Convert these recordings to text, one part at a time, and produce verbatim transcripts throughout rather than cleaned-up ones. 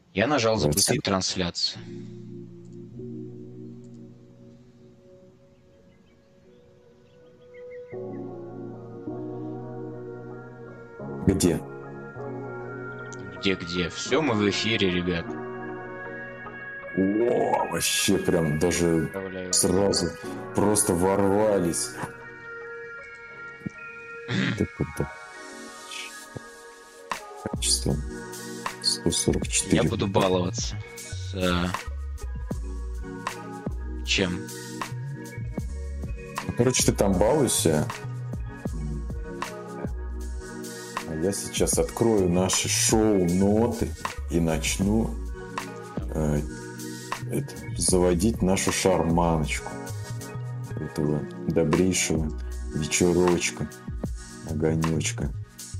Я нажал двадцать. запустить трансляцию. Где? Где-где? Все, мы в эфире, ребят. О, вообще прям даже Поздравляю. сразу просто ворвались. Так это качество сто сорок четыре. Я буду баловаться с э, чем? Короче, ты там балуйся. А я сейчас открою наши шоу-ноты и начну э, это, заводить нашу шарманочку этого добрейшего вечерочка, огонечка.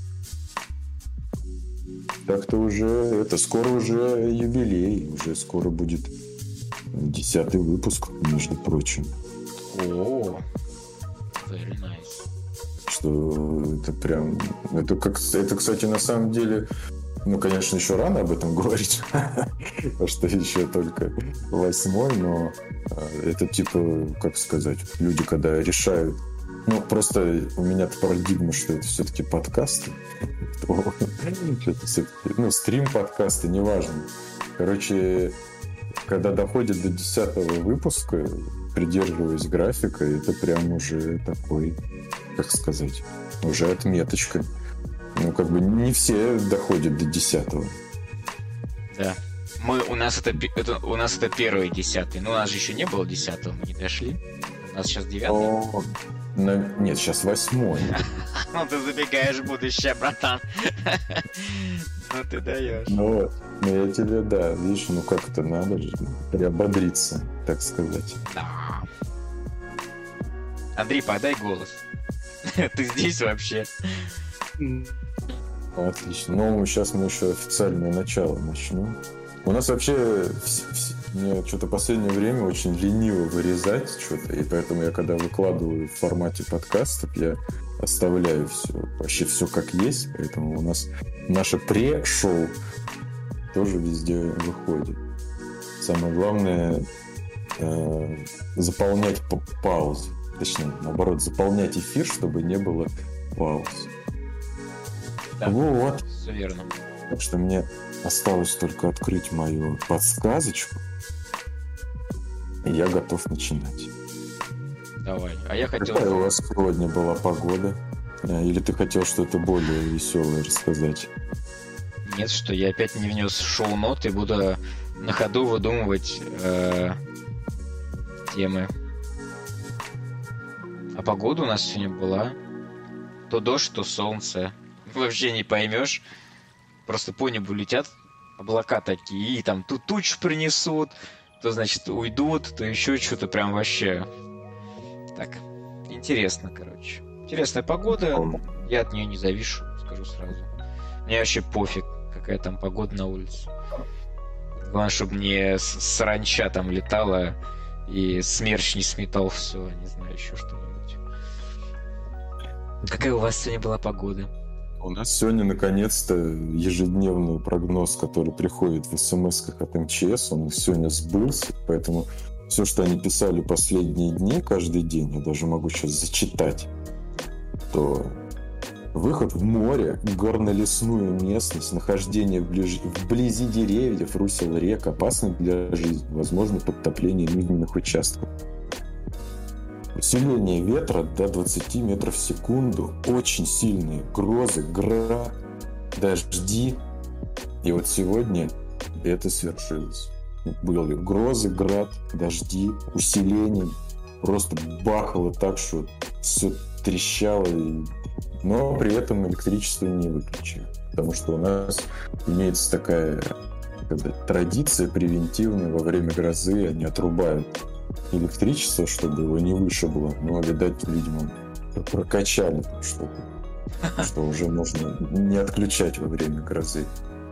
Так-то уже, это скоро уже юбилей, уже скоро будет десятый выпуск, между прочим. О, very nice. Что это прям, это как, это, кстати, на самом деле, ну, конечно, еще рано об этом говорить, потому что еще только восьмой, но это типа, как сказать, люди, когда решают, ну, просто у меня-то парадигма, что это все-таки подкасты, что-то все-таки, ну, стрим-подкасты, неважно. Короче, когда доходит до десятого выпуска, придерживаясь графика, это прям уже такой, как сказать, уже отметочка. Ну, как бы не все доходят до десятого. Да. Мы, у нас это, это, у нас это первый десятый. Но у нас же еще не было десятого, мы не дошли. У нас сейчас девятый. О, на... Нет, сейчас восьмой. Ну ты забегаешь в будущее, братан. Ну ты даешь. Ну вот, ну я тебе, да, видишь, ну как это надо же приободриться, так сказать. Да. Андрей, подай голос. Ты здесь вообще? Отлично. Ну, сейчас мы еще официальное начало начнем. У нас вообще вс- вс- мне что-то в последнее время очень лениво вырезать что-то, и поэтому я когда выкладываю в формате подкастов, я оставляю все, вообще все как есть, поэтому у нас наше пре-шоу тоже везде выходит. Самое главное э, заполнять па- паузы, точнее, наоборот, заполнять эфир, чтобы не было пауз. Да, вот. Все верно. Так что мне осталось только открыть мою подсказочку, и я готов начинать. Давай. А я хотел... Какая у вас сегодня была погода? Или ты хотел что-то более веселое рассказать? Нет, что я опять не внес шоу-ноты, буду на ходу выдумывать э, темы. А погода у нас сегодня была то дождь, то солнце. Вообще не поймешь. Просто по небу летят облака такие, и там то туч принесут, то, значит, уйдут, то еще что-то прям вообще... Так, интересно, короче. Интересная погода, я от нее не завишу, скажу сразу. Мне вообще пофиг, какая там погода на улице. Главное, чтобы не саранча там летала и смерч не сметал все, не знаю, еще что-нибудь. Какая у вас сегодня была погода? У нас сегодня, наконец-то, ежедневный прогноз, который приходит в смс-ках от эм че эс, он сегодня сбылся, поэтому все, что они писали последние дни, каждый день, я даже могу сейчас зачитать, то выход в море, горно-лесную местность, нахождение вблизи, вблизи деревьев, русел рек, опасны для жизни, возможно подтопление жизненных участков. Усиление ветра до двадцать метров в секунду, очень сильные грозы, град, дожди. И вот сегодня это свершилось. Были грозы, град, дожди, усиление. Просто бахало так, что все трещало. Но при этом электричество не выключили. Потому что у нас имеется такая когда, традиция превентивная. Во время грозы они отрубают электричество, чтобы его не вышибло. Но, видать, видимо, прокачали что-то, что уже можно не отключать во время грозы.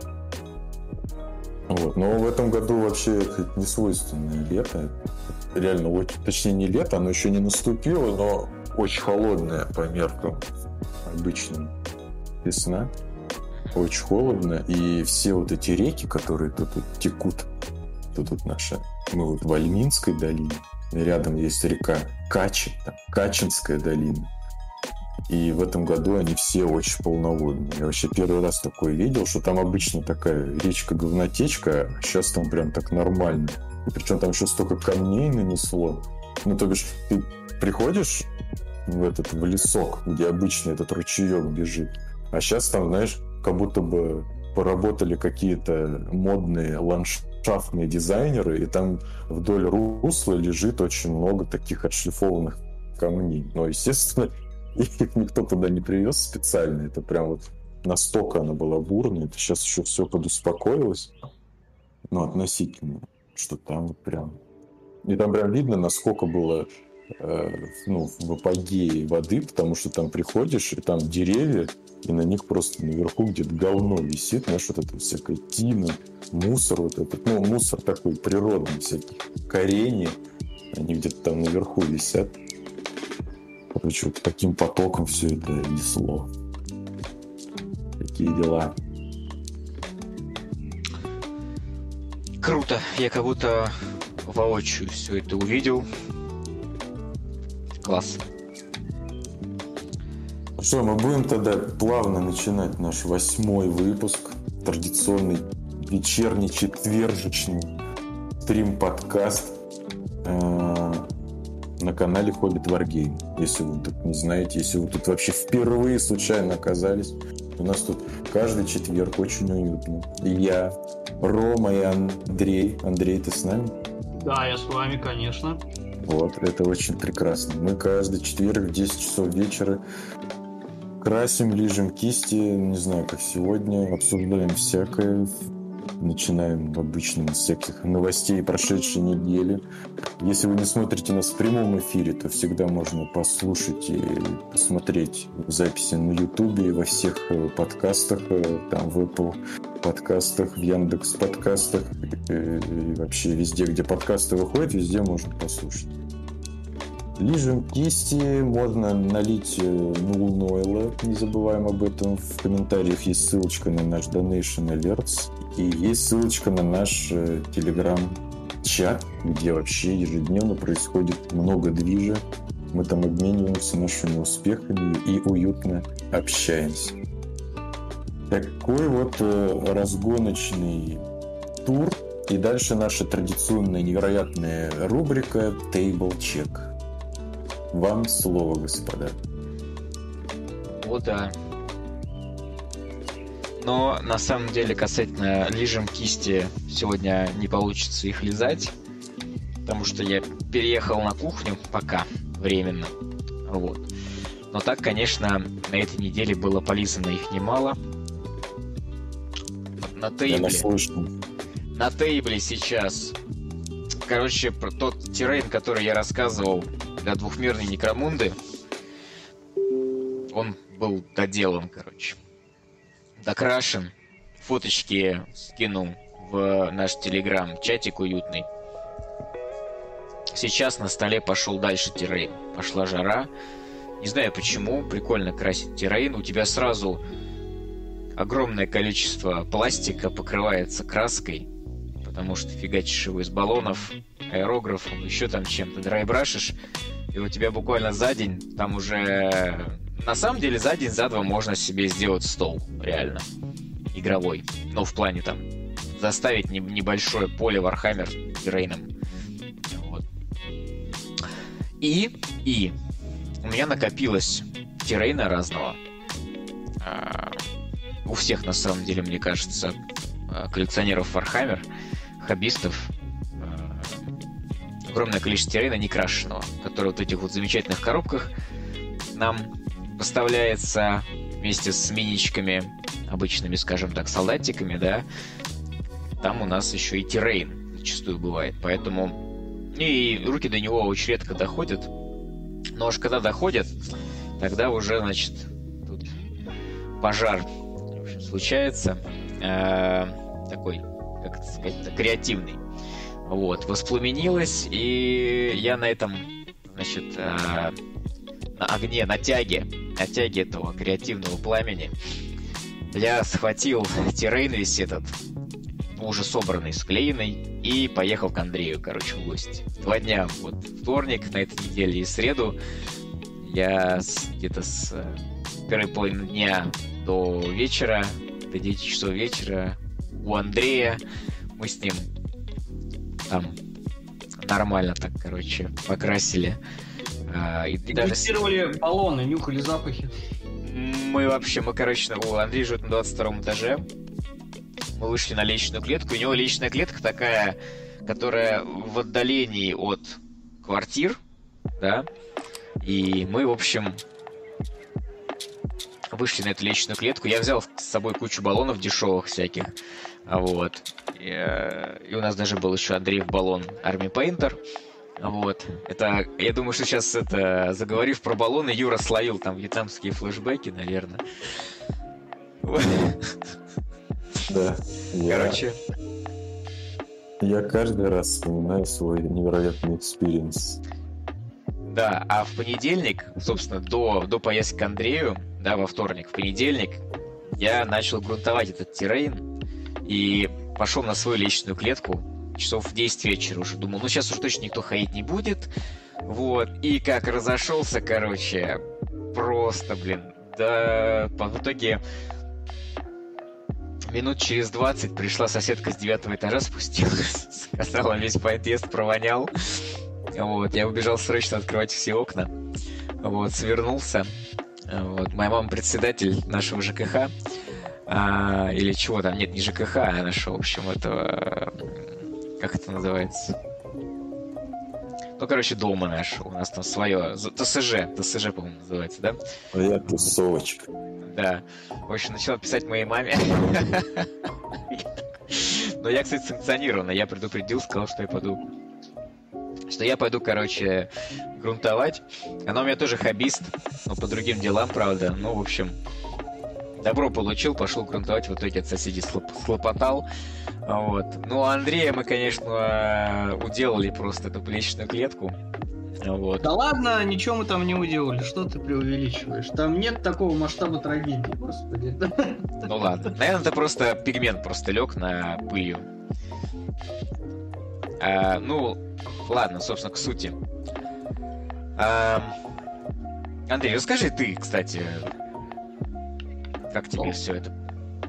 Вот. Но в этом году вообще это не свойственное лето. Реально, очень, точнее не лето, оно еще не наступило, но очень холодное по меркам обычным весна. очень холодно, и все вот эти реки, которые тут вот текут, тут вот наша, мы вот в Альминской долине, рядом есть река Качи, там, Качинская долина. И в этом году они все очень полноводные. Я вообще первый раз такое видел, что там обычно такая речка-говнотечка, а сейчас там прям так нормально. И причем там еще столько камней нанесло. Ну, то бишь, ты приходишь в этот в лесок, где обычно этот ручеек бежит, а сейчас там, знаешь, как будто бы поработали какие-то модные ландшафтные дизайнеры, и там вдоль русла лежит очень много таких отшлифованных камней. Но, естественно, их никто туда не привез специально. Это прям вот настолько она была бурная. Это сейчас еще все подуспокоилось. Ну, относительно. Что там вот прям... И там прям видно, насколько было э, ну, в апогее воды, потому что там приходишь, и там деревья, и на них просто наверху где-то говно висит, знаешь, вот это всякая тина, мусор вот этот, ну, мусор такой природный, всякие коренья, они где-то там наверху висят. Короче, вот таким потоком все это несло. Такие дела. Круто. Я как будто воочию все это увидел. Класс. Что, мы будем тогда плавно начинать наш восьмой выпуск. Традиционный вечерний, четвержечный стрим-подкаст на канале Хоббит Варгейм. Если вы тут не знаете, если вы тут вообще впервые случайно оказались, у нас тут каждый четверг очень уютно. И я, Рома и Андрей. Андрей, ты с нами? Да, я с вами, конечно. Вот, это очень прекрасно. Мы каждый четверг в десять часов вечера красим, лижем кисти, не знаю, как сегодня, обсуждаем всякое, начинаем обычно с всяких новостей прошедшей недели. Если вы не смотрите нас в прямом эфире, то всегда можно послушать и посмотреть записи на Ютубе, во всех подкастах, там в Apple подкастах, в Яндекс подкастах, и вообще везде, где подкасты выходят, везде можно послушать. Лижем кисти, можно налить Null Noil, не забываем об этом. В комментариях есть ссылочка на наш Donation Alerts. И есть ссылочка на наш э, телеграм-чат, где вообще ежедневно происходит много движа. Мы там обмениваемся нашими успехами и уютно общаемся. Такой вот э, разгоночный тур. И дальше наша традиционная невероятная рубрика Table Check. Вам слово, господа. О, да. Но на самом деле касательно лижем кисти сегодня не получится их лизать, потому что я переехал на кухню пока временно. Вот. Но так, конечно, на этой неделе было полизано их немало. На тейбле. На тейбле сейчас. Короче, про тот террейн, который я рассказывал для двухмерной некромунды, он был доделан, короче. Докрашен. Фоточки скинул в наш телеграм-чатик уютный. Сейчас на столе пошел дальше террейн. Пошла жара. Не знаю почему. Прикольно красить террейн. У тебя сразу огромное количество пластика покрывается краской, потому что фигачишь его из баллонов, аэрографом, еще там чем-то, драйбрашишь, и у тебя буквально за день там уже... На самом деле за день, за два можно себе сделать стол, реально, игровой. Ну, в плане там заставить не, небольшое поле Warhammer террейном. Вот. И, и у меня накопилось террейна разного. А, у всех, на самом деле, мне кажется, коллекционеров Warhammer, хоббистов, огромное количество террейна некрашенного, который вот в этих вот замечательных коробках нам поставляется вместе с миничками, обычными, скажем так, солдатиками, да. Там у нас еще и террейн зачастую бывает, поэтому и руки до него очень редко доходят. Но уж когда доходят, тогда уже, значит, тут пожар, в общем, случается. Э-э- такой, как это сказать, креативный. Вот, воспламенилось, и я на этом, значит, э- на огне, на тяге, на тяге этого креативного пламени я схватил террейн весь этот, уже собранный, склеенный, и поехал к Андрею, короче, в гости. Два дня, вот вторник на этой неделе и среду я с, где-то с первой половины дня до вечера, до девяти часов вечера у Андрея. Мы с ним там нормально так, короче, покрасили. А, и, и даже тестировали баллоны, нюхали запахи. Мы вообще, мы, короче, у Андрея живет на двадцать втором этаже. Мы вышли на лестничную клетку. У него лестничная клетка такая, которая в отдалении от квартир, да. И мы, в общем, вышли на эту лестничную клетку. Я взял с собой кучу баллонов дешевых всяких. Вот. И, и у нас даже был еще Андреев баллон Army Painter. Вот. Это, я думаю, что сейчас это, заговорив про баллоны, Юра словил там вьетнамские флешбеки, наверное. Да. Короче. Я, я каждый раз вспоминаю свой невероятный экспириенс. Да, а в понедельник, собственно, до, до поездки к Андрею, да, во вторник, в понедельник, я начал грунтовать этот террейн и пошел на свою лестничную клетку часов в десять вечера уже. Думал, ну сейчас уж точно никто ходить не будет. Вот. И как разошелся, короче, просто, блин, да, в итоге минут через двадцать пришла соседка с девятого этажа, спустилась, сказала, весь подъезд провонял. Вот, я убежал срочно открывать все окна. Вот, свернулся. Вот, моя мама председатель нашего ЖКХ. А, или чего там, нет, не ЖКХ, а нашего, в общем, этого... Как это называется? Ну, короче, дома нашего. У нас там свое... ТСЖ. ТСЖ, по-моему, называется, да? Моя тусовочка. Да. В общем, начала писать моей маме. Но я, кстати, санкционированно. Я предупредил, сказал, что я пойду... Что я пойду, короче, грунтовать. Она у меня тоже хоббист, но по другим делам, правда. Ну, в общем, добро получил, пошел грунтовать. В итоге от соседей слоп- слопотал. Вот. Ну, а Андрея мы, конечно, уделали просто эту лестничную клетку. Вот. Да ладно, ничего мы там не уделали. Что ты преувеличиваешь? Там нет такого масштаба трагедии, господи. Ну ладно. Наверное, это просто пигмент просто лег на пылью. А, ну, ладно, собственно, к сути. А, Андрей, расскажи ты, кстати, как тебе все это?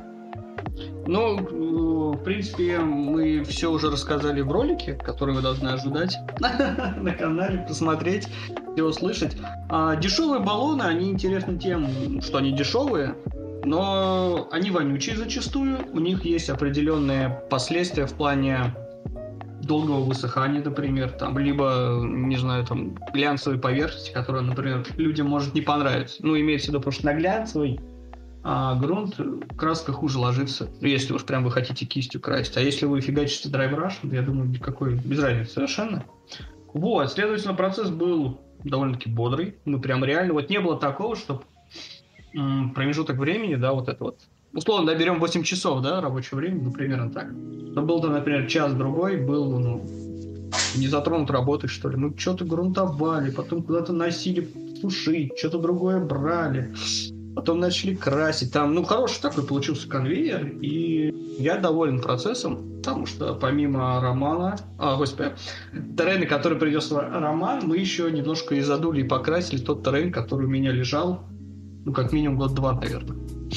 Ну, в принципе, мы все уже рассказали в ролике, который вы должны ожидать на канале, посмотреть, все услышать. А дешевые баллоны, они интересны тем, что они дешевые, но они вонючие зачастую. У них есть определенные последствия в плане долгого высыхания, например, там, либо, не знаю, там, глянцевой поверхности, которая, например, людям может не понравиться. Ну, имеется в виду, потому что на глянцевой а грунт, краска хуже ложится, если уж прям вы хотите кистью красить. А если вы фигачите драйбрашем, я думаю, никакой, без разницы совершенно. Вот, следовательно, процесс был довольно-таки бодрый. Мы прям реально, вот не было такого, что м- промежуток времени, да, вот это вот, условно, да, берем восемь часов, да, рабочего времени, ну, примерно так. Но был там, например, час-другой, был, ну, не затронут работой, что ли. Мы что-то грунтовали, потом куда-то носили сушить, что-то другое брали. Потом начали красить. Там, ну, хороший такой получился конвейер, и я доволен процессом, потому что помимо Романа, а, господи, террейна, который принес Роман, мы еще немножко и задули, и покрасили тот террейн, который у меня лежал, ну, как минимум год-два, наверное.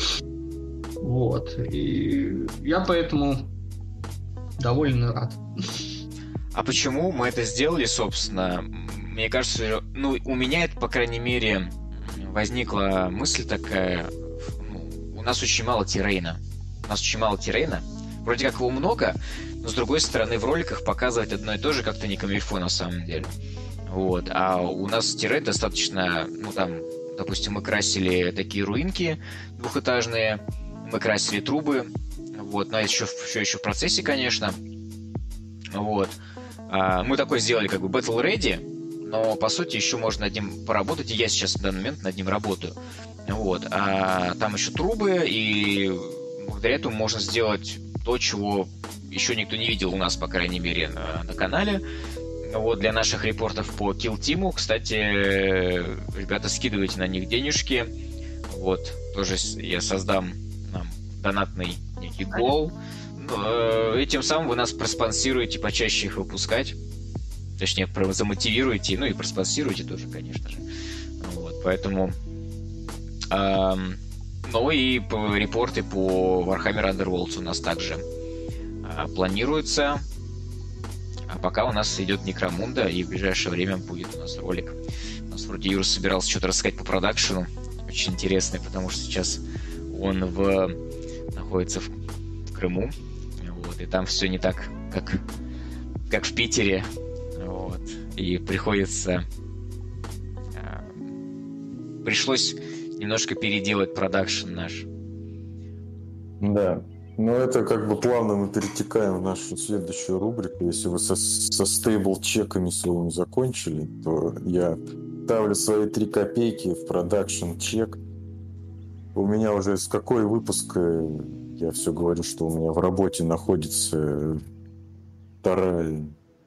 Вот. И я поэтому доволен и рад. А почему мы это сделали, собственно? Мне кажется, ну, у меня это, по крайней мере, возникла мысль такая, ну, у нас очень мало террейна. У нас очень мало террейна. Вроде как его много, но с другой стороны в роликах показывать одно и то же как-то не камильфо на самом деле. Вот. А у нас террейн достаточно, ну там, допустим, мы красили такие руинки двухэтажные, мы красили трубы, вот, но это еще, все еще в процессе, конечно. Вот. А мы такой сделали как бы Battle Ready, но, по сути, еще можно над ним поработать, и я сейчас в данный момент над ним работаю. Вот. А там еще трубы, и благодаря этому можно сделать то, чего еще никто не видел у нас, по крайней мере, на, на канале. Вот, для наших репортов по Kill Team, кстати, ребята, скидывайте на них денежки. Вот, тоже я создам нам донатный некий гол. И тем самым вы нас проспонсируете почаще их выпускать. Точнее, замотивируете, ну и проспонсируете тоже, конечно же. Вот, поэтому... Эм, ну и по, репорты по Warhammer Underworlds у нас также э, планируются. А пока у нас идет Некромунда, и в ближайшее время будет у нас ролик. У нас вроде Юра собирался что-то рассказать по продакшену. Очень интересный, потому что сейчас он в... находится в, в Крыму. Вот, и там все не так, как, как в Питере. Вот, и приходится... Э, пришлось немножко переделать продакшн наш. Да. Ну, это как бы плавно мы перетекаем в нашу следующую рубрику. Если вы со, со стейбл-чеками своими закончили, то я ставлю свои три копейки в продакшн-чек. У меня уже с какой выпуска я все говорю, что у меня в работе находится вторая,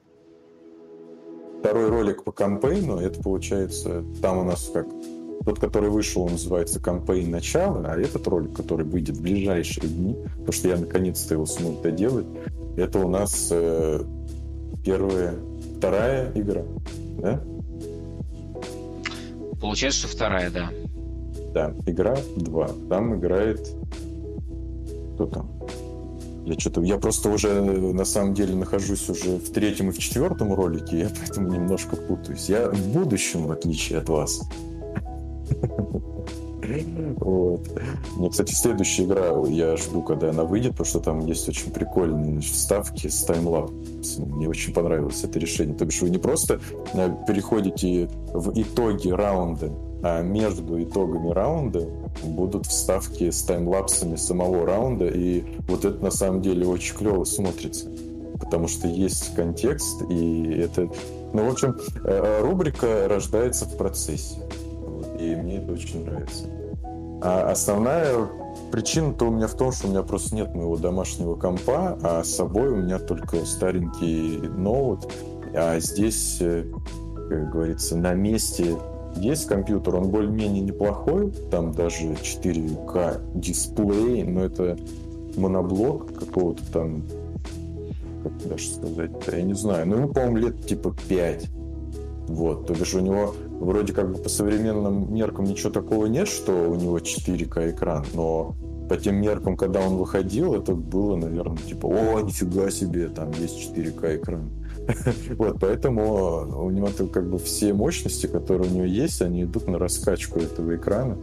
второй ролик по кампейну. Это получается, там у нас как... Тот, который вышел, он называется «Кампейн. Начало», а этот ролик, который выйдет в ближайшие дни, потому что я наконец-то его смог доделать, это у нас э, первая, вторая игра, да? Получается, что вторая, да. Да, игра два. Там играет... Кто там? Я что-то... Я просто уже, на самом деле, нахожусь уже в третьем и в четвертом ролике, я поэтому немножко путаюсь. Я в будущем, в отличие от вас. Вот. Мне, кстати, следующая игра, я жду, когда она выйдет, потому что там есть очень прикольные вставки с таймлапсом. Мне очень понравилось это решение. То бишь вы не просто переходите в итоги раунда, а между итогами раунда будут вставки с таймлапсами самого раунда, и вот это на самом деле очень клево смотрится, потому что есть контекст, и это... Ну, в общем, рубрика рождается в процессе. И мне это очень нравится. А основная причина-то у меня в том, что у меня просто нет моего домашнего компа, а с собой у меня только старенький ноут. А здесь, как говорится, на месте есть компьютер, он более-менее неплохой, там даже четыре ка дисплей, но это моноблок какого-то там, как даже сказать-то, я не знаю, ну ему, по-моему, лет типа пять. Вот, то бишь у него вроде как бы по современным меркам ничего такого нет, что у него четыре ка экран, но по тем меркам, когда он выходил, это было, наверное, типа, о, нифига себе, там есть четыре ка экран. Вот, поэтому у него как бы все мощности, которые у него есть, они идут на раскачку этого экрана.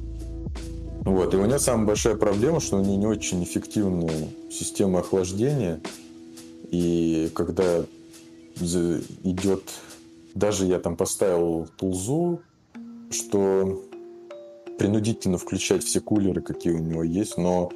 Вот, и у него самая большая проблема, что у него не очень эффективная система охлаждения, и когда идет... Даже я там поставил тулзу, что принудительно включать все кулеры, какие у него есть, но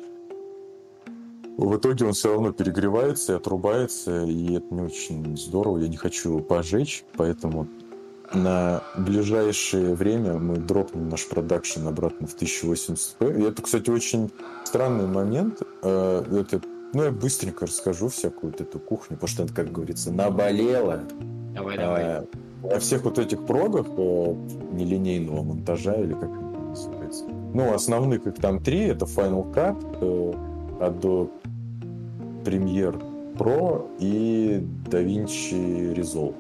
в итоге он все равно перегревается и отрубается, и это не очень здорово. Я не хочу его пожечь, поэтому на ближайшее время мы дропнем наш продакшн обратно в тысяча восемьдесят пэ. И это, кстати, очень странный момент. Это, ну, я быстренько расскажу всякую вот эту кухню, потому что это, как говорится, наболело. Давай, давай. Во всех вот этих прогах э, нелинейного монтажа, или как это называется. Ну, основных их там три. Это Final Cut, э, Adobe Premiere Pro и DaVinci Resolve.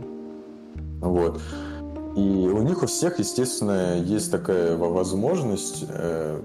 Вот. И у них у всех, естественно, есть такая возможность, э,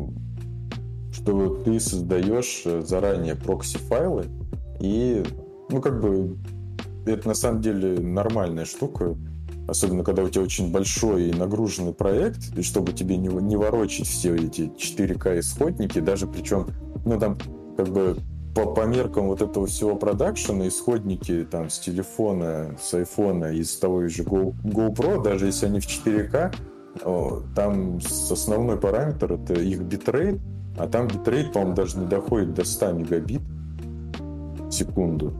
что ты создаешь заранее прокси-файлы, и, ну, как бы, это на самом деле нормальная штука, особенно когда у тебя очень большой и нагруженный проект, и чтобы тебе не, не ворочить все эти четыре ка исходники, даже причем, ну, там, как бы, по, по меркам вот этого всего продакшена, исходники там с телефона, с айфона и с того же Go, GoPro, даже если они в четыре ка, о, там основной параметр — это их битрейт, а там битрейт, по-моему, даже не доходит до ста мегабит в секунду.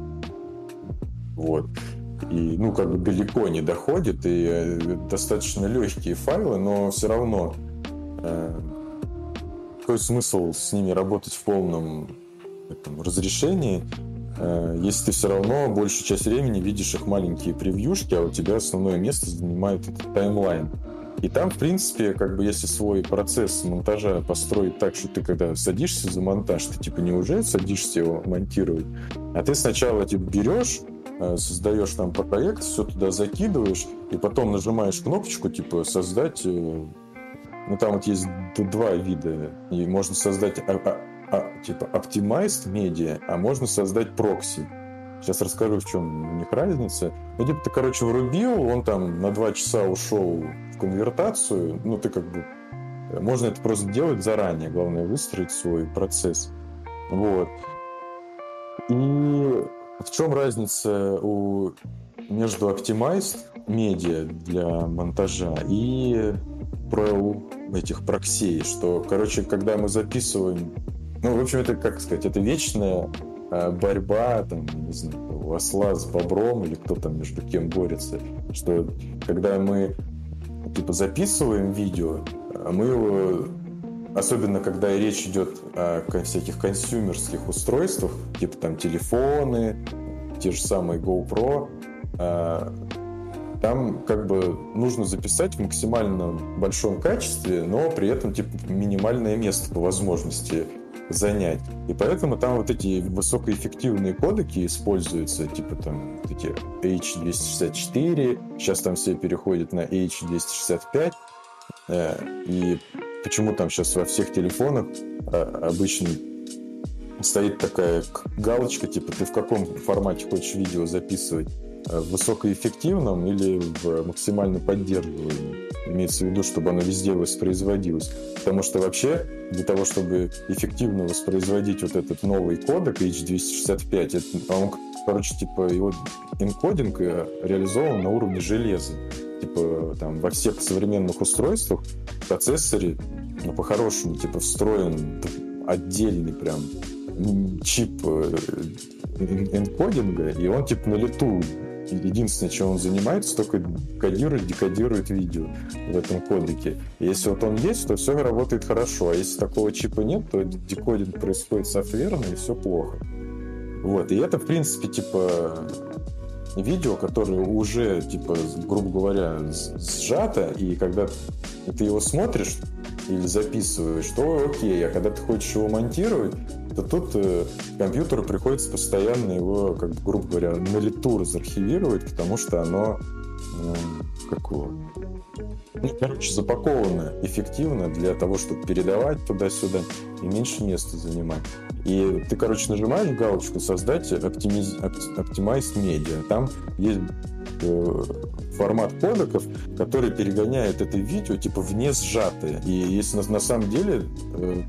Вот. И, ну, как бы далеко не доходит, и э, достаточно легкие файлы, но все равно э, какой смысл с ними работать в полном этом разрешении, э, если ты все равно большую часть времени видишь их маленькие превьюшки, а у тебя основное место занимает этот таймлайн. И там, в принципе, как бы если свой процесс монтажа построить так, что ты когда садишься за монтаж, ты типа не уже садишься его монтировать, а ты сначала типа берешь, создаешь там проект, все туда закидываешь, и потом нажимаешь кнопочку типа создать. Ну там вот есть два вида. И можно создать а, а, а, типа optimized media, а можно создать прокси. Сейчас расскажу, в чем у них разница. Ну, типа, ты, короче, врубил, он там на два часа ушел в конвертацию. Ну, ты как бы... Можно это просто делать заранее. Главное, выстроить свой процесс. Вот. И в чем разница у... между optimized media для монтажа и про этих проксей? Что, короче, когда мы записываем... Ну, в общем, это, как сказать, это вечная борьба, там, не знаю, осла с бобром или кто там между кем борется, что когда мы типа записываем видео, мы его, особенно когда речь идет о всяких консюмерских устройствах, типа там телефоны, те же самые GoPro, там как бы нужно записать в максимально большом качестве, но при этом типа минимальное место по возможности занять. И поэтому там вот эти высокоэффективные кодеки используются, типа там вот эти эйч двести шестьдесят четыре, сейчас там все переходят на эйч двести шестьдесят пять, и почему там сейчас во всех телефонах обычно стоит такая галочка, типа ты в каком формате хочешь видео записывать, в высокоэффективном или в максимально поддерживаемом. Имеется в виду, чтобы оно везде воспроизводилось. Потому что вообще для того, чтобы эффективно воспроизводить вот этот новый кодек эйч двести шестьдесят пять, это, он, короче, типа его энкодинг реализован на уровне железа. Типа там во всех современных устройствах в процессоре, ну, по-хорошему, типа встроен отдельный прям чип энкодинга, и он типа на лету. Единственное, чем он занимается, только кодирует, декодирует видео в этом кодеке. И если вот он есть, то все работает хорошо. А если такого чипа нет, то декодинг происходит софтверно, и все плохо. Вот. И это, в принципе, типа видео, которое уже, типа, грубо говоря, сжато, и когда ты его смотришь или записываешь, то окей, а когда ты хочешь его монтировать, то тут э, компьютеру приходится постоянно его, как бы, грубо говоря, на лету разархивировать, потому что оно э, какого? Ну, короче, запаковано эффективно для того, чтобы передавать туда-сюда и меньше места занимать. И ты, короче, нажимаешь галочку «Создать оптимиз... Optimized Media». Там есть э, формат кодеков, который перегоняет это видео типа в не сжатое. И если на, на самом деле э,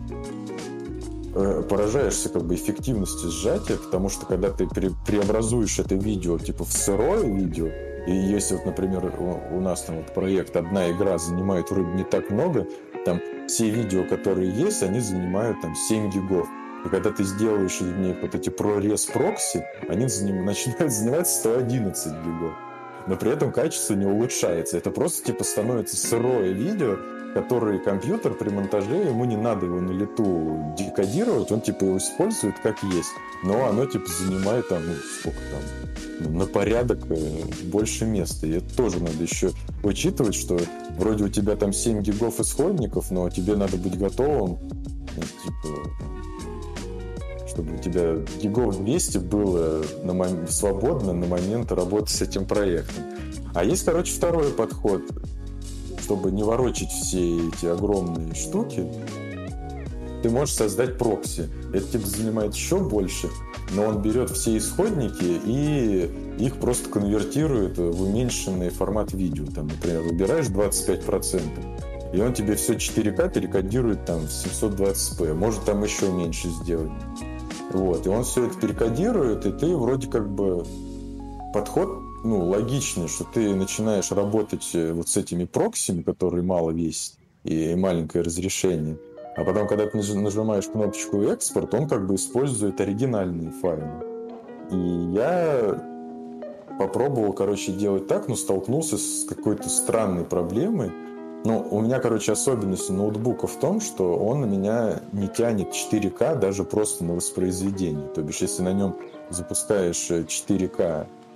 э, поражаешься как бы эффективности сжатия, потому что когда ты пре- преобразуешь это видео типа в сырое видео, и если вот, например, у, у нас там вот проект «Одна игра» занимает вроде не так много, там все видео, которые есть, они занимают там семь гигов. И когда ты сделаешь из них вот эти ProRes прокси, они заним... начинают занимать сто одиннадцать гигов. Но при этом качество не улучшается. Это просто типа становится сырое видео, которое компьютер при монтаже, ему не надо его на лету декодировать, он типа его использует как есть. Но оно типа занимает там, ну, сколько там, на порядок больше места. И это тоже надо еще учитывать, что вроде у тебя там семь гигов исходников, но тебе надо быть готовым, ну, типа, чтобы у тебя гигов двести было на мом... свободно на момент работы с этим проектом. А есть, короче, второй подход. Чтобы не ворочить все эти огромные штуки, ты можешь создать прокси. Это типа занимает еще больше, но он берет все исходники и их просто конвертирует в уменьшенный формат видео. Там, например, выбираешь двадцать пять процентов, и он тебе все четыре ка перекодирует там в семьсот двадцать пэ. Может там еще меньше сделать. Вот. И он все это перекодирует, и ты вроде как бы подход, ну, логичный, что ты начинаешь работать вот с этими проксими, которые мало весят, и маленькое разрешение. А потом, когда ты нажимаешь кнопочку «Экспорт», он как бы использует оригинальные файлы. И я попробовал, короче, делать так, но столкнулся с какой-то странной проблемой. Ну, у меня, короче, особенность ноутбука в том, что он на меня не тянет четыре ка даже просто на воспроизведение. То бишь, если на нем запускаешь четыре ка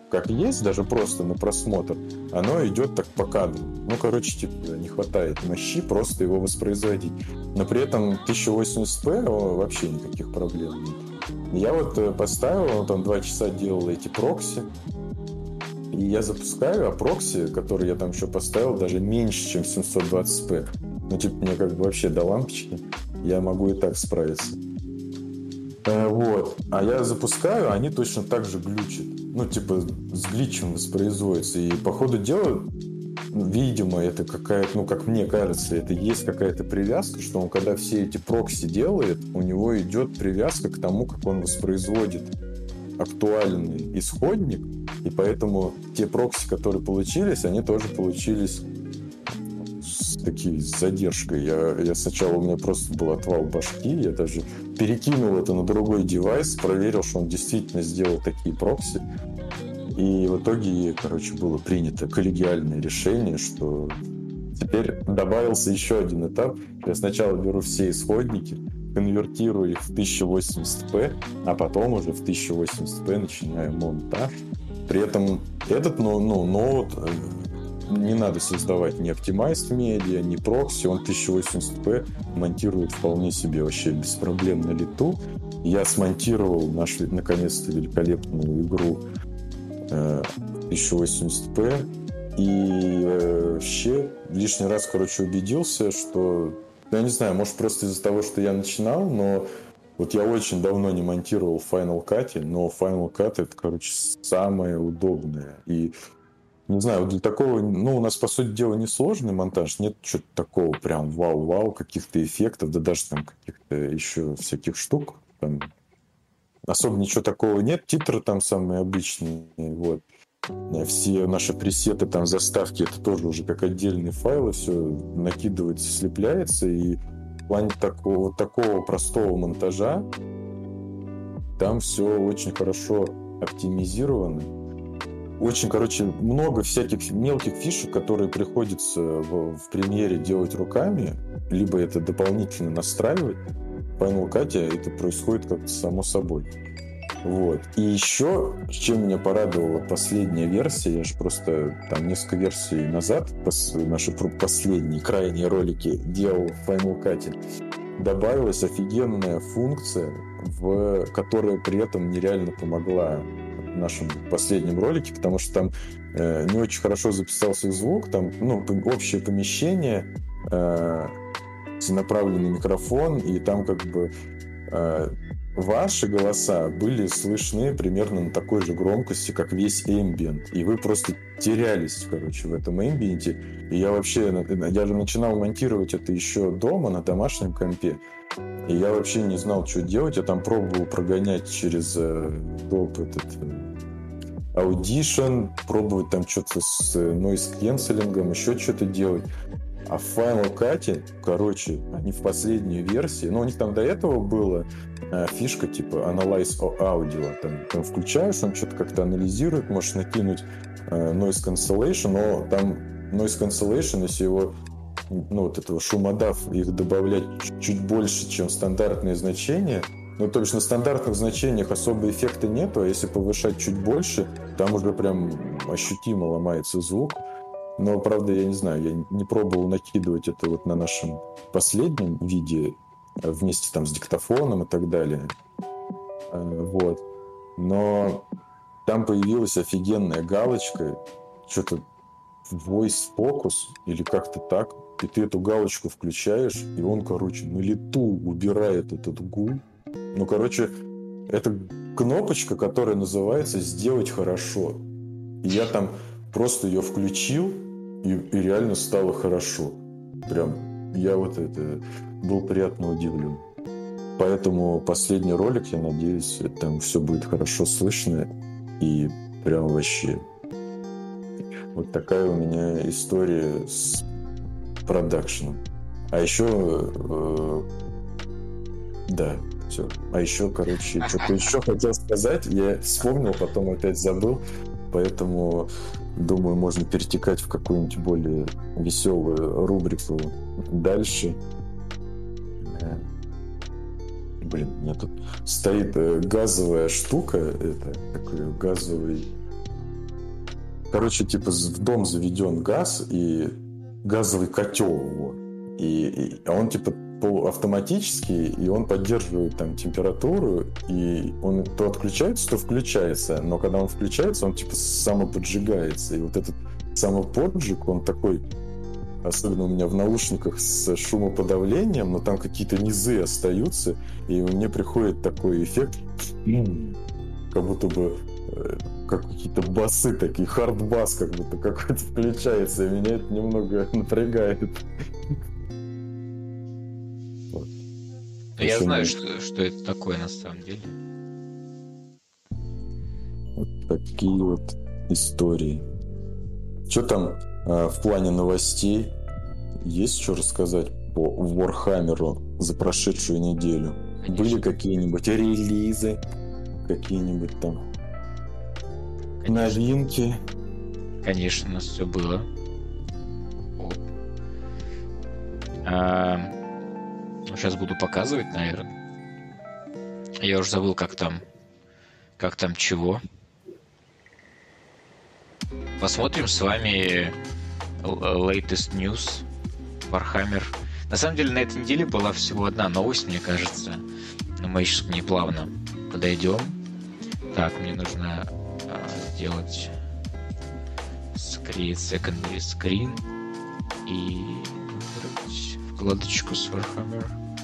как есть, даже просто на просмотр, оно идет так по кадру. Ну, короче, типа, не хватает мощи просто его воспроизводить. Но при этом тысяча восемьдесят пэ вообще никаких проблем нет. Я вот поставил, он там два часа делал эти прокси, и я запускаю, а прокси, который я там еще поставил, даже меньше, чем семьсот двадцать пэ. Ну, типа, мне как бы вообще до лампочки. Я могу и так справиться. Э, вот. А я запускаю, они точно так же глючат. Ну, типа, с гличем воспроизводится. И, по ходу дела, видимо, это какая-то, ну, как мне кажется, это есть какая-то привязка, что он, когда все эти прокси делает, у него идет привязка к тому, как он воспроизводит актуальный исходник, и поэтому те прокси, которые получились, они тоже получились с такой с задержкой. Я, я сначала, у меня просто был отвал башки, я даже перекинул это на другой девайс, проверил, что он действительно сделал такие прокси, и в итоге, короче, было принято коллегиальное решение, что теперь добавился еще один этап. Я сначала беру все исходники, конвертирую их в тысяча восемьдесят пэ, а потом уже в тысяча восемьдесят пэ начинаю монтаж. При этом этот ну, ну, ноут не надо создавать ни Optimized Media, ни прокси, он тысяча восемьдесят пэ монтирует вполне себе вообще без проблем на лету. Я смонтировал нашу, наконец-то, великолепную игру э, тысяча восемьдесят пэ и э, вообще лишний раз, короче, убедился, что, я не знаю, может просто из-за того, что я начинал, но вот я очень давно не монтировал в Final Cut, но Final Cut это, короче, самое удобное. И, не знаю, для такого, ну, у нас, по сути дела, несложный монтаж, нет чего-то такого прям вау-вау, каких-то эффектов, да даже там каких-то еще всяких штук. Там особо ничего такого нет, титры там самые обычные, вот. Все наши пресеты, там, заставки, это тоже уже как отдельные файлы, все накидывается, слепляется, и в плане такого, такого простого монтажа там все очень хорошо оптимизировано. Очень, короче, много всяких мелких фишек, которые приходится в, в премьере делать руками, либо это дополнительно настраивать. В Final Cut это происходит как-то само собой. Вот. И еще, чем меня порадовала последняя версия, я же просто там несколько версий назад, пос, наши последние крайние ролики делал в Final Cut, добавилась офигенная функция, в, которая при этом нереально помогла в нашем последнем ролике, потому что там э, не очень хорошо записался звук, там ну, общее помещение, э, направленный микрофон, и там как бы э, ваши голоса были слышны примерно на такой же громкости, как весь эмбиент. И вы просто терялись, короче, в этом эмбиенте. И я вообще, я же начинал монтировать это еще дома, на домашнем компе. И я вообще не знал, что делать. Я там пробовал прогонять через доп. Этот Audition, пробовать там что-то с noise-cancelling, еще что-то делать. А в Final Cut, короче, они в последней версии, ну, у них там до этого была э, фишка типа Analyze Audio. Там, там включаешь, он что-то как-то анализирует, можешь накинуть э, Noise Cancellation, но там Noise Cancellation, если его, ну, вот этого шумодав, их добавлять чуть больше, чем стандартные значения, ну, то есть на стандартных значениях особо эффекта нету, а если повышать чуть больше, там уже прям ощутимо ломается звук. Но, правда, я не знаю, я не пробовал накидывать это вот на нашем последнем видео вместе там с диктофоном и так далее. Вот. Но там появилась офигенная галочка, что-то voice focus или как-то так, и ты эту галочку включаешь, и он, короче, на лету убирает этот гул. Ну, короче, это кнопочка, которая называется «Сделать хорошо». И я там просто ее включил, И, и реально стало хорошо. Прям я вот это был приятно удивлен. Поэтому последний ролик, я надеюсь, там все будет хорошо слышно. И прям вообще. Вот такая у меня история с продакшеном. А еще... Э, да, все. А еще, короче, что-то еще хотел сказать. Я вспомнил, потом опять забыл. Поэтому... Думаю, можно перетекать в какую-нибудь более веселую рубрику дальше. Блин, у меня тут стоит газовая штука, это такой газовый короче, типа в дом заведен газ и газовый котел его. И, и, а он типа полуавтоматический, и он поддерживает там температуру, и он то отключается, то включается. Но когда он включается, он типа самоподжигается. И вот этот самоподжиг, он такой, особенно у меня в наушниках с шумоподавлением, но там какие-то низы остаются, и мне приходит такой эффект, как будто бы как какие-то басы такие, хард-бас как будто какой-то включается, и меня это немного напрягает. Вот. Я Еще знаю, что, что это такое на самом деле. Вот такие вот истории. Что там э, в плане новостей? Есть что рассказать по Warhammer'у за прошедшую неделю? Конечно. Были какие-нибудь релизы? Какие-нибудь там Конечно. новинки? Конечно, у нас все было. Оп. А, сейчас буду показывать, наверное. Я уже забыл, как там, как там чего. Посмотрим с вами latest news Warhammer. На самом деле, на этой неделе была всего одна новость, мне кажется. Но мы сейчас к ней плавно подойдем. Так, мне нужно а, сделать create secondary screen и выбрать вкладочку с Warhammer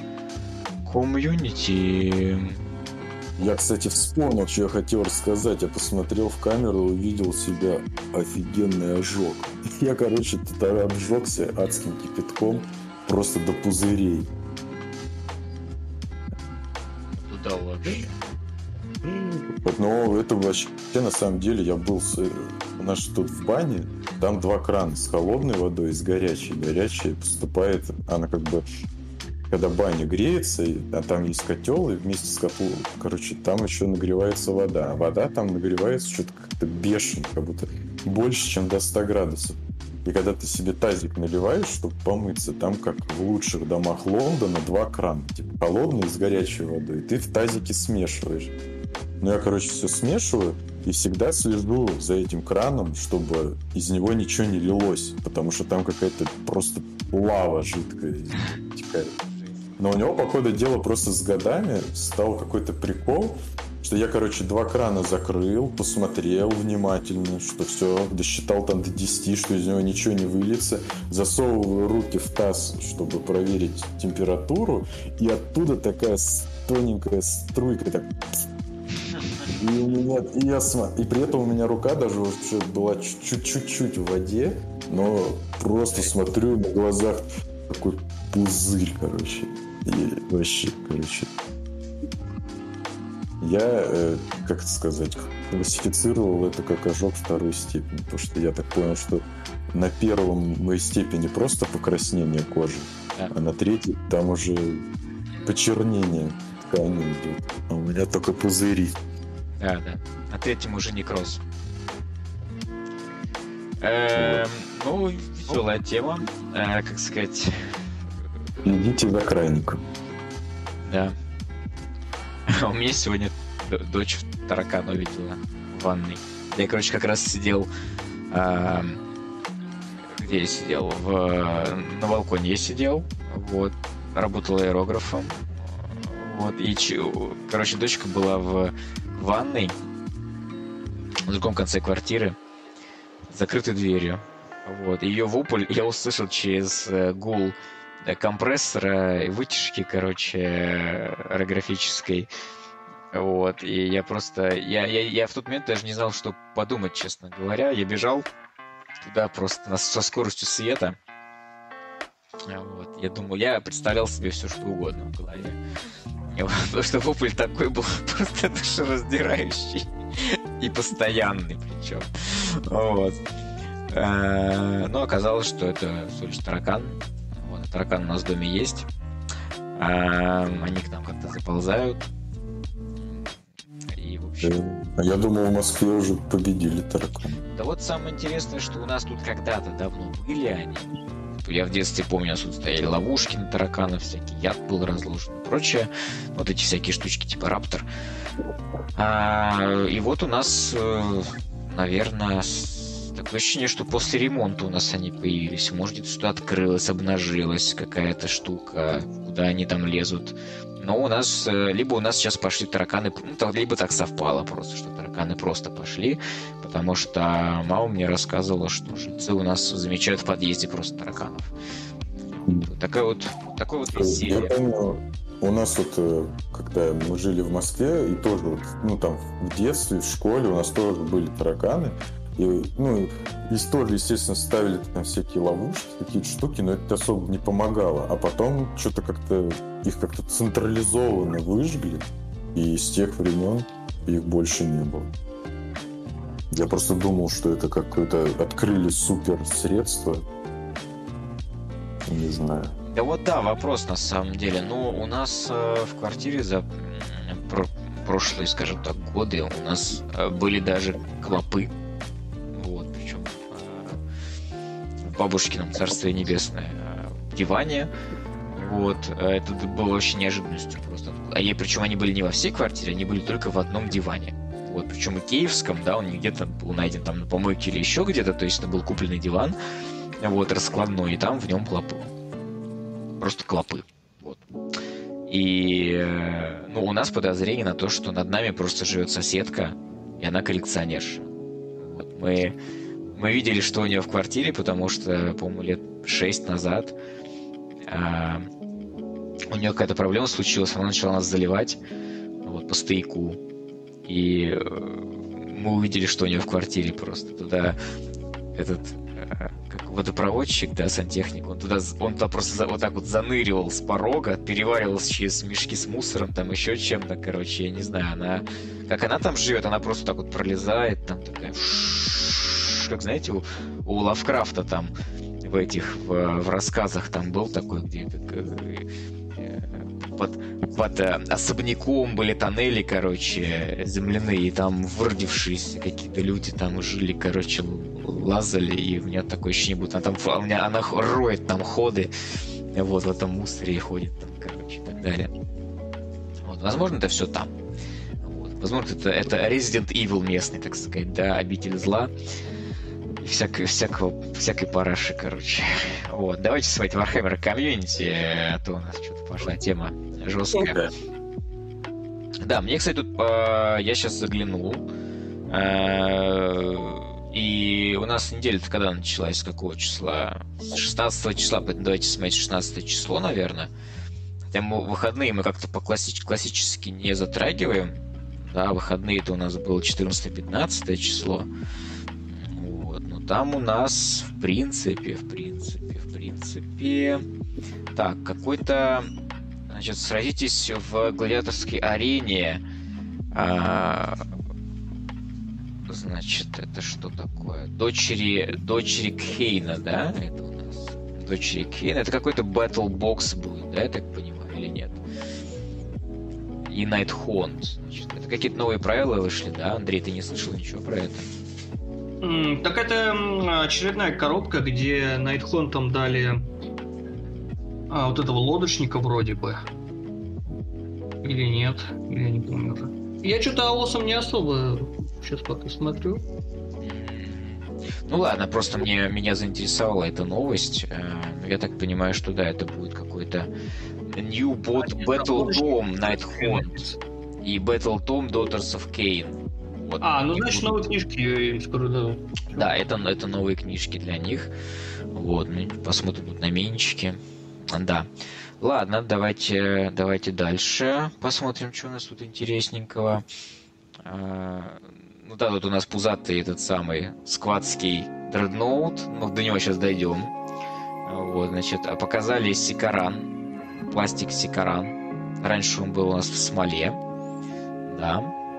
Community. Я, кстати, вспомнил, что я хотел рассказать. Я посмотрел в камеру и увидел себя офигенный ожог. Я, короче, тут обжегся адским кипятком просто до пузырей. Туда вообще. Но это вообще, на самом деле, я был с... у нас тут в бане, там два крана с холодной водой и с горячей. Горячая поступает, она как бы, когда баня греется, а там есть котел, и вместе с котлом, короче, там еще нагревается вода. А вода там нагревается что-то как-то бешено, как будто больше, чем до ста градусов. И когда ты себе тазик наливаешь, чтобы помыться, там, как в лучших домах Лондона, два крана, типа холодный с горячей водой, и ты в тазике смешиваешь. Ну, я, короче, все смешиваю и всегда слежу за этим краном, чтобы из него ничего не лилось, потому что там какая-то просто лава жидкая текает. Но у него, по ходу дела, просто с годами стал какой-то прикол, что я, короче, два крана закрыл, посмотрел внимательно, что все, досчитал там до десяти, что из него ничего не выльется, засовываю руки в таз, чтобы проверить температуру, и оттуда такая тоненькая струйка, так... И, у меня, и, я см... и при этом у меня рука даже уже была чуть-чуть в воде, но просто смотрю, на глазах такой пузырь, короче. И вообще, короче. Я, э, как это сказать, классифицировал это как ожог второй степени, потому что я так понял, что на первом степени просто покраснение кожи, да. А на третьей там уже почернение ткани идет, а у меня только пузыри. Да, да. На третьем уже некроз. Эм, ну, веселая тема, э, как сказать. Идите за крайником. Да. У меня сегодня дочь таракана увидела в ванной. Я, короче, как раз сидел... Э, где я сидел? В, на балконе я сидел. Вот. Работал аэрографом. Вот. И, короче, дочка была в ванной в другом конце квартиры, с закрытой дверью. Вот. Ее вопль я услышал через гул компрессора и вытяжки, короче, аэрографической. Вот. И я просто... Я, я, я в тот момент даже не знал, что подумать, честно говоря. Я бежал туда просто со скоростью света. Вот. Я думал, я представлял себе все, что угодно в голове. Потому что вопль такой был просто душераздирающий. И постоянный причем. Вот. Но оказалось, что это всего лишь таракан. Вот. Таракан у нас в доме есть. Они к нам как-то заползают. И, в общем... Я думал, в Москве уже победили тараканы. Да вот самое интересное, что у нас тут когда-то давно были они. Я в детстве помню, у нас тут стояли ловушки на тараканов, всякий яд был разложен и прочее. Вот эти всякие штучки типа Раптор. А, и вот у нас, наверное, с такое ощущение, что после ремонта у нас они появились. Может, где-то что-то открылось, обнажилась какая-то штука, куда они там лезут. Но у нас, либо у нас сейчас пошли тараканы, ну, либо так совпало просто, что тараканы просто пошли, потому что мама мне рассказывала, что жильцы у нас замечают в подъезде просто тараканов. Вот такая вот, такой вот веселье. Я помню, у нас вот, когда мы жили в Москве, и тоже, вот, ну, там, в детстве, в школе у нас тоже были тараканы. И, ну, и тоже, естественно, ставили там всякие ловушки, какие-то штуки, но это особо не помогало. А потом что-то как-то их как-то централизованно выжгли, и с тех времен их больше не было. Я просто думал, что это какое-то открыли супер средство. Не знаю. Да вот да, вопрос на самом деле. Ну, у нас э, в квартире за про- прошлые, скажем так, годы у нас э, были даже клопы. Вот, причем э, в бабушкином царстве небесное э, в диване. Вот, это было очень неожиданностью просто. А я, причем они были не во всей квартире, они были только в одном диване. Вот, причем и киевском, да, он не где-то был найден там на помойке или еще где-то, то есть это был купленный диван, вот, раскладной, и там в нем клопы. Просто клопы. Вот. И, ну, у нас подозрение на то, что над нами просто живет соседка, и она коллекционерша. Вот, мы, мы видели, что у нее в квартире, потому что, по-моему, лет шесть назад а, у нее какая-то проблема случилась, она начала нас заливать вот, по стояку. И мы увидели, что у нее в квартире просто. Туда этот как водопроводчик, да, сантехник, он туда, он туда просто за, вот так вот заныривал с порога, переваривался через мешки с мусором, там еще чем-то, короче, я не знаю, она... Как она там живет, она просто так вот пролезает, там такая... Как, знаете, у, у Лавкрафта там в этих, в, в рассказах там был такой, где под, под особняком были тоннели, короче, земляные, и там выродившиеся какие-то люди там жили, короче, лазали, и у меня такое ощущение, будто она там, у меня, она роет там ходы, вот, в этом мусоре ходит там, короче, и так далее. Вот, возможно, это все там. Вот, возможно, это, это Resident Evil местный, так сказать, да, обитель зла. И всякой, всякого, всякой параши, короче. Вот, давайте смотреть Warhammer комьюнити, а то у нас что-то пошла тема жесткая. Да, мне, кстати, тут э, я сейчас заглянул. Э, и у нас неделя-то когда началась? С какого числа? С шестнадцатого числа. Поэтому давайте смотреть шестнадцатое число, наверное. Хотя мы, выходные мы как-то по класси- классически не затрагиваем. Да, выходные-то у нас было четырнадцатое-пятнадцатое число. Вот. Но там у нас, в принципе, в принципе, в принципе... Так, какой-то... Значит, сразитесь в гладиаторской арене. А... Значит, это что такое? Дочери, дочери Кейна, да? Это у нас. Дочери Кейна. Это какой-то Battle Box будет, да, я так понимаю, или нет? И Nighthound. Значит, это какие-то новые правила вышли, да? Андрей, ты не слышал ничего про это? Mm, так это очередная коробка, где Nighthound дали а, вот этого лодочника вроде бы. Или нет, или я не помню уже. Я что-то аосом не особо сейчас пока смотрю. Ну ладно, просто мне, меня заинтересовала эта новость. Я так понимаю, что да, это будет какой-то New Bot Battle Tom Nighthound и Battle Tom Daughters of Cain. Вот. А, ну значит будут... новые книжки я им скоро дал. Да, это, это новые книжки для них. Вот, ну, посмотрим тут на менчики. Да. Ладно, давайте, давайте дальше посмотрим, что у нас тут интересненького. А, ну да, тут у нас пузатый этот самый сквадский дредноут. Ну, до него сейчас дойдем. Вот, значит, показали Сикаран. Пластик Сикаран. Раньше он был у нас в смоле. Да.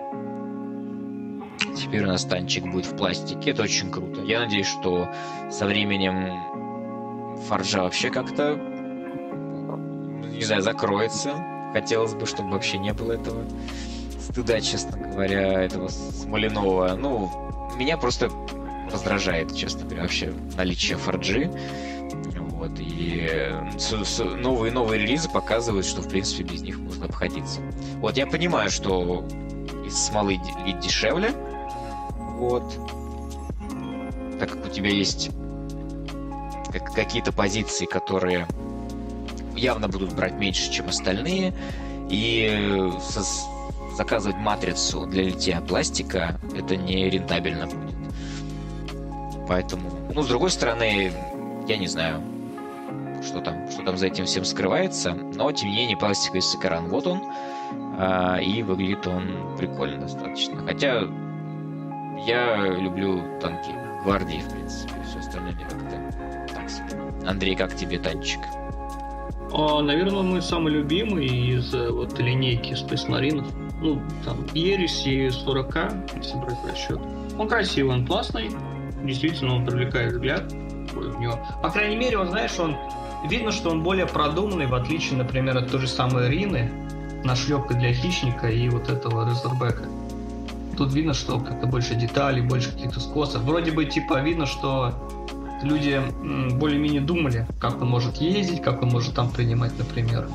Теперь у нас танчик будет в пластике. Это очень круто. Я надеюсь, что со временем Форджа вообще как-то, не знаю, закроется. Хотелось бы, чтобы вообще не было этого стыда, честно говоря, этого смоляного. Ну, меня просто раздражает, честно говоря, вообще наличие Форджи. Вот, и новые новые релизы показывают, что, в принципе, без них можно обходиться. Вот, я понимаю, что из смолы дешевле. Вот. так как у тебя есть как, какие-то позиции, которые явно будут брать меньше, чем остальные, и со, заказывать матрицу для литья пластика это не рентабельно будет. Поэтому, ну, с другой стороны, я не знаю, что там, что там за этим всем скрывается, но, тем не менее, пластиковый Сикаран, вот он, а, и выглядит он прикольно достаточно. Хотя я люблю танки гвардии, в принципе, все остальное мне как-то так себе. Андрей, как тебе танчик? А, наверное, мой самый любимый из вот линейки Space Marine. Ну, там, Ересь и сорок ка, если брать в расчет. Он красивый, он классный. Действительно, он привлекает взгляд. У него. По крайней мере, он, знаешь, он видно, что он более продуманный, в отличие, например, от той же самой Рины, нашлепка для хищника и вот этого Резербека. Тут видно, что как-то больше деталей, больше каких-то скосов. Вроде бы, типа, видно, что люди более-менее думали, как он может ездить, как он может там принимать, например,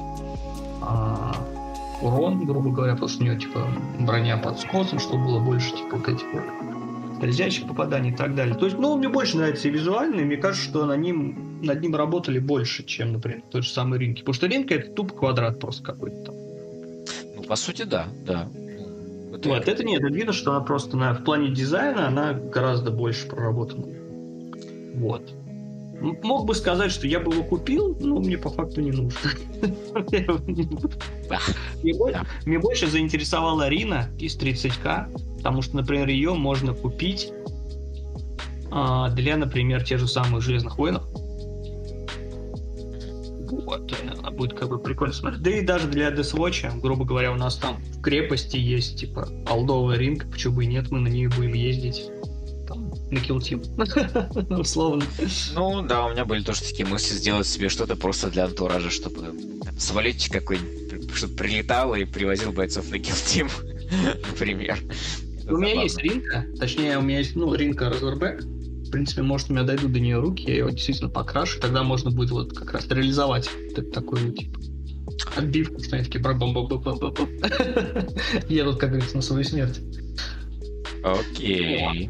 урон, грубо говоря, потому что у него, типа, броня под скосом, чтобы было больше, типа, вот этих вот скользящих попаданий и так далее. То есть, ну, мне больше нравится и визуально, и мне кажется, что на ним, над ним работали больше, чем, например, той же самой Ринки. Потому что Ринка — это тупо квадрат просто какой-то там. Ну, по сути, да, да. Это... Вот, это нет, это видно, что она просто на, в плане дизайна она гораздо больше проработана. Вот. Мог бы сказать, что я бы его купил, но мне по факту не нужно. Мне больше заинтересовала Рина из тридцать ка, потому что, например, ее можно купить для, например, тех же самых Железных воинов. Вот, она будет как бы прикольно смотреть. Да и даже для Deathwatch, грубо говоря, у нас там в крепости есть, типа, олдовая Ринка, почему бы и нет, мы на нее будем ездить. На Kill Team. Ну, условно. Ну, да, у меня были тоже такие мысли сделать себе что-то просто для антуража, чтобы свалить какой-нибудь, чтобы прилетало и привозил бойцов на Kill Team, например. У меня есть Ринка, точнее, у меня есть, ну, Ринка Разорбек. В принципе, может, у меня дойдут до нее руки, я его действительно покрашу, тогда можно будет вот как раз реализовать такой вот, типа, отбивку, что они такие бра-бам-бам-бам-бам-бам. Едут, как говорится, на свою смерть. Окей.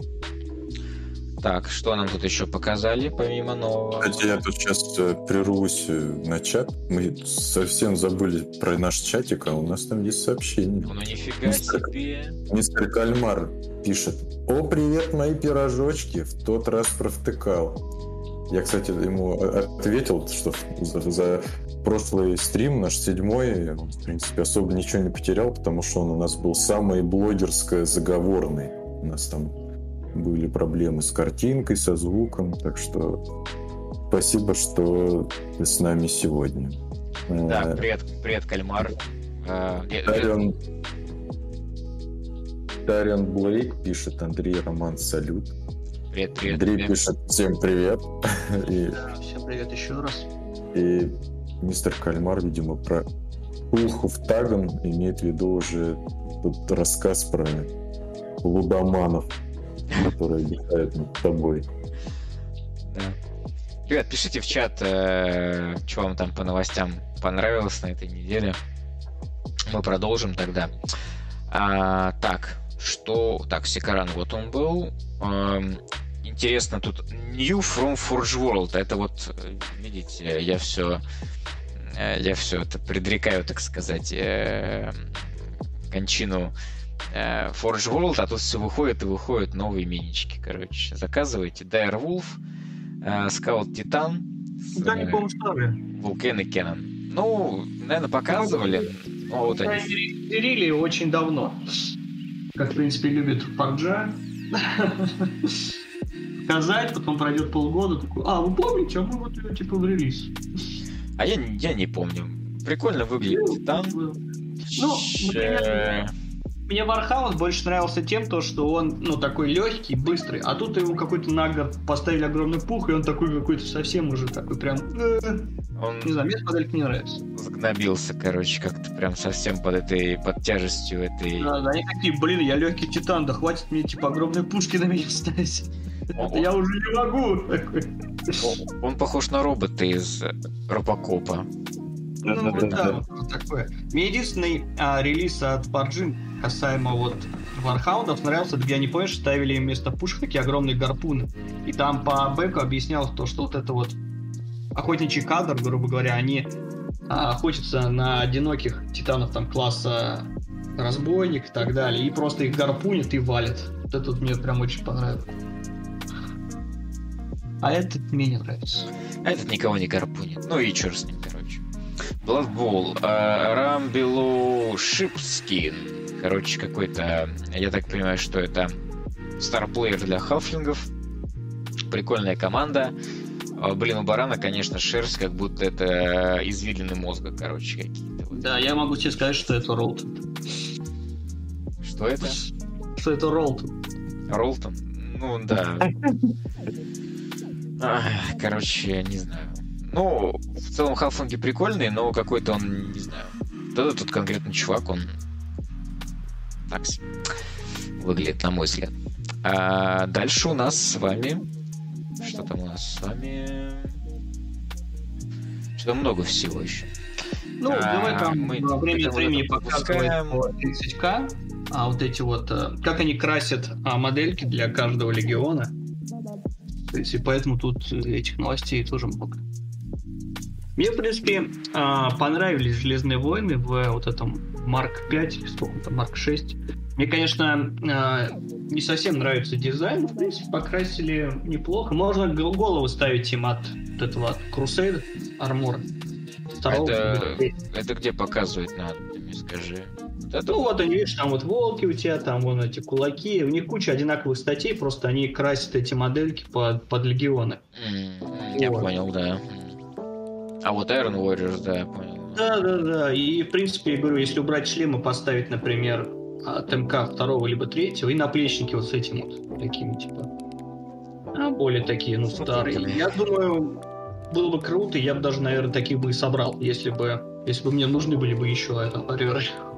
Так, что нам тут еще показали, помимо нового? Кстати, я тут сейчас прервусь на чат. Мы совсем забыли про наш чатик, а у нас там есть сообщение. Ну, нифига мистер, себе. Мистер Кальмар пишет: «О, привет, мои пирожочки, в тот раз провтыкал». Я, кстати, ему ответил, что за, за прошлый стрим, наш седьмой, в принципе, особо ничего не потерял, потому что он у нас был самый блогерско-заговорный. У нас там были проблемы с картинкой, со звуком, так что спасибо, что ты с нами сегодня. Да, привет, привет, Кальмар. Тариан, Тариан Блейк пишет: Андрей, Роман, салют. Привет, привет. Андрей привет. пишет: всем привет. И, да, всем привет еще раз. И мистер Кальмар, видимо, про Улхов Таган имеет в виду уже тут рассказ про лудоманов, которые обитают над тобой. Да. Ребят, пишите в чат, э, что вам там по новостям понравилось на этой неделе. Мы продолжим тогда. А, так, что... Так, Сикаран, вот он был. А, интересно, тут New from Forge World. Это вот, видите, я все... Я все это предрекаю, так сказать, э, кончину э, Forge World, а тут все выходит и выходят новые минички, короче. Заказывайте. Dire Wolf, э, Scout Titan, да, не помню, старые. Vulcan и Cannon. Ну, наверное, показывали. Но вот они... Делили очень давно. Как, в принципе, любит Форджа. Показать, потом пройдет полгода, такой: а, вы помните, а мы вот ее типа в релиз. А я, я не помню. Прикольно выглядит Титан. Ну, например, мне Warhouse больше нравился тем, то, что он, ну, такой легкий, быстрый, а тут его какой-то нагло поставили огромный пух, и он такой какой-то совсем уже такой прям... Он... Не знаю, мне эта моделька не нравится. Загнобился, короче, как-то прям совсем под этой, под тяжестью этой... Да, да, они такие: блин, я легкий Титан, да хватит мне, типа, огромные пушки на меня ставить. Он... Я уже не могу. Он, он похож на робота из Робокопа. Ну, да, да, такое. Мне единственный а, релиз от Pargin касаемо вот Вархаундов нравился, где они, помнишь, ставили вместо пушек такие огромные гарпуны. И там по бэку объяснял то, что вот это вот охотничий кадр, грубо говоря, они а, охотятся на одиноких титанов там класса разбойник и так далее, и просто их гарпунят и валят. Вот это вот мне прям очень понравилось. А этот мне не нравится. А этот никого не гарпунит. Ну и черт с ним, короче. Blood Bowl. Рамбелу Шипскин. Короче, какой-то... Я так понимаю, что это старплеер для халфлингов. Прикольная команда. Блин, у барана, конечно, шерсть, как будто это извилины мозга, короче, какие-то. Да, я могу тебе сказать, что это Ролтон. Что это? Что это Ролтон. Ролтон? Ну, да. Короче, не знаю. Ну, в целом халфлинги прикольные, но какой-то он, не знаю. Да, тут конкретно чувак, он так себе выглядит, на мой взгляд. А дальше у нас с вами... Что там у нас с вами? Что-то много всего еще. Ну, а, давай там мы время от времени показываем по тридцать ка, а вот эти вот, как они красят а, модельки для каждого легиона. То есть, и поэтому тут этих новостей тоже много. Мне, в принципе, а, понравились Железные войны в вот этом Марк пять, или сколько там, Марк шесть. Мне, конечно, не совсем нравится дизайн, но, в принципе, покрасили неплохо. Можно голову ставить им от вот этого Crusade армора. Это, это где показывает, надо, ты мне скажи. Это... Ну вот они, видишь, там вот волки у тебя, там вон эти кулаки. У них куча одинаковых статей, просто они красят эти модельки под, под легионы. Mm, я вот. Понял, да. А вот Iron Warriors, да, я понял. Да, да, да. И, в принципе, я говорю, если убрать шлемы, поставить, например, от МК второго либо третьего, и наплечники вот с этим вот такими, типа, а более такие, ну, старые. Я думаю, было бы круто, я бы даже, наверное, таких бы и собрал, если бы, если бы мне нужны были бы еще это варьеры.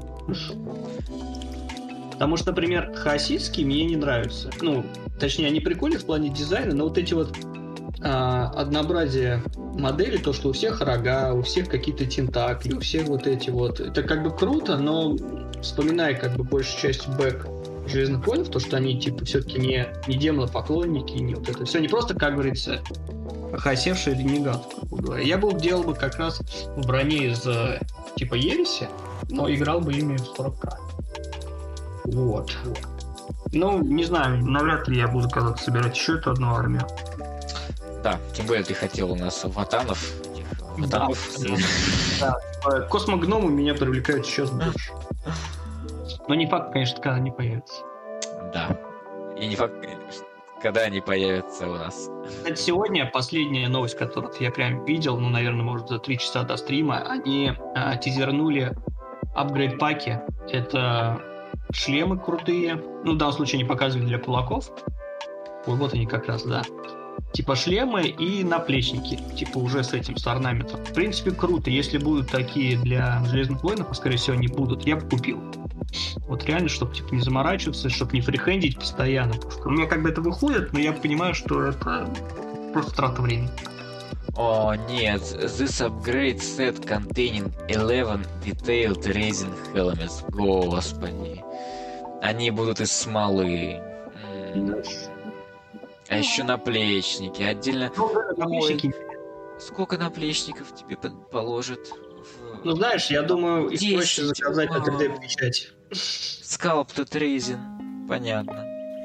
Потому что, например, хаоситские мне не нравятся. Ну, точнее, они прикольные в плане дизайна, но вот эти вот а, однообразие модели, то, что у всех рога, у всех какие-то тентакли, у всех вот эти вот, это как бы круто, но вспоминая как бы большую часть бэк Железных войн, то, что они типа все-таки не, не демонопоклонники, не вот это все, не просто, как говорится, охосевший ренегат. Я бы делал бы как раз в броне из типа Ереси, но играл бы ими в сорок ка. Вот. Ну, не знаю, навряд ли я буду когда-то собирать еще эту одну армию. Да, тем более ты хотел у нас ватанов. Ватанов. Да, да. Космогномы меня привлекают сейчас больше. Но не факт, конечно, когда они появятся. Да. И не факт, когда они появятся у нас. Кстати, сегодня последняя новость, которую я прям видел, ну, наверное, может, за три часа до стрима, они а, тизернули апгрейд-паки. Это шлемы крутые. Ну, в данном случае они показывали для кулаков. Вот, вот они как раз, да. Типа шлемы и наплечники. Типа уже с этим, с орнаментом. В принципе, круто. Если будут такие для Железных воинов, а скорее всего они будут, я бы купил. Вот реально, чтобы типа не заморачиваться, чтобы не фрихендить постоянно. Потому что у меня как бы это выходит, но я понимаю, что это просто трата времени. О, нет. This upgrade set containing eleven detailed resin helmets. Господи. Они будут из смолы. М-м. А еще наплечники. Отдельно... Ну, наплечники. Ой, сколько наплечников тебе положат? Ну, знаешь, я думаю, их проще заказать на три дэ-печать. Sculpted resin. Понятно.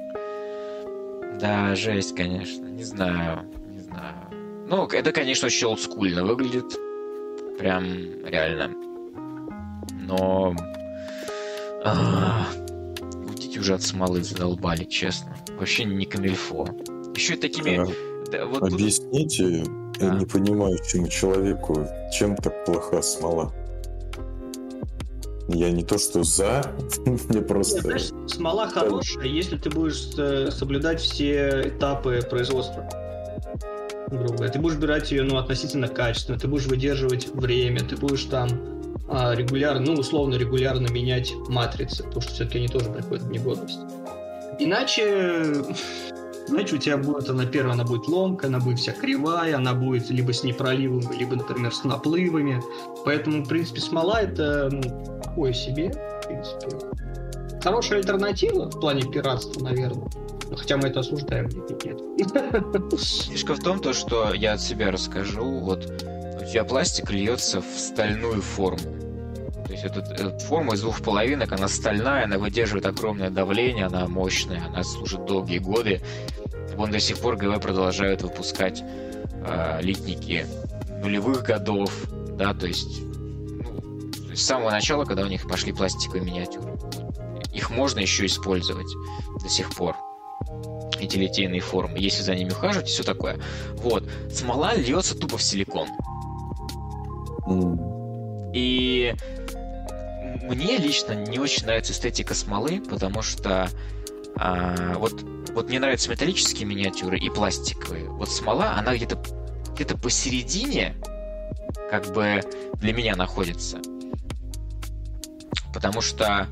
Да, жесть, конечно. Не знаю. Не знаю. Ну, это, конечно, очень олдскульно выглядит. Прям реально. Но... А, уйдите уже от смолы, задолбали, честно. Вообще не камильфо. Еще и такими... А, да, вот объясните да. непонимающему человеку, чем так плоха смола. Я не то что за, мне просто... Нет, знаешь, смола хорошая, если ты будешь соблюдать все этапы производства. Грубо говоря. Ты будешь брать ее, ну, относительно качественно, ты будешь выдерживать время, ты будешь там а, регулярно, ну, условно регулярно менять матрицы, потому что все-таки они тоже приходят в негодность. Иначе... Иначе у тебя будет, она первая, она будет ломкая, она будет вся кривая, она будет либо с непроливами, либо, например, с наплывами. Поэтому, в принципе, смола это, ну, такое себе, в принципе. Хорошая альтернатива в плане пиратства, наверное. Хотя мы это осуждаем. Нет. Фишка в том, то, что я от себя расскажу. Вот у тебя пластик льется в стальную форму. То есть эта, эта форма из двух половинок, она стальная, она выдерживает огромное давление, она мощная, она служит долгие годы. Вон до сих пор ГВ продолжают выпускать э, литники нулевых годов, да, то есть, ну, то есть с самого начала, когда у них пошли пластиковые миниатюры. Их можно еще использовать до сих пор, эти литейные формы, если за ними ухаживать и все такое. Вот. Смола льется тупо в силикон. М. И мне лично не очень нравится эстетика смолы, потому что а, вот, вот мне нравятся металлические миниатюры и пластиковые. Вот смола, она где-то где-то посередине, как бы для меня находится. Потому что,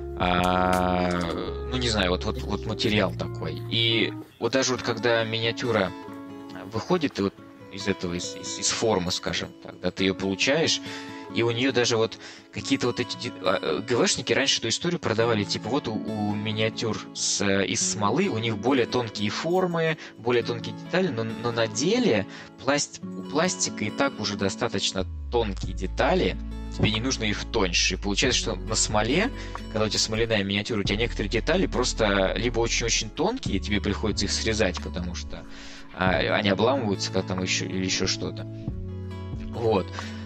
а, ну не знаю, вот, вот, вот материал такой. И вот даже вот когда миниатюра выходит вот из этого, из, из, из формы, скажем так, да, ты ее получаешь, и у нее даже вот какие-то вот эти... ГВшники раньше эту историю продавали, типа вот у, у миниатюр с, из смолы у них более тонкие формы, более тонкие детали, но, но на деле пласт, у пластика и так уже достаточно тонкие детали, тебе не нужно их тоньше. И получается, что на смоле, когда у тебя смоляная миниатюра, у тебя некоторые детали просто либо очень-очень тонкие, тебе приходится их срезать, потому что а, они обламываются, как там еще, или еще что-то. Вот.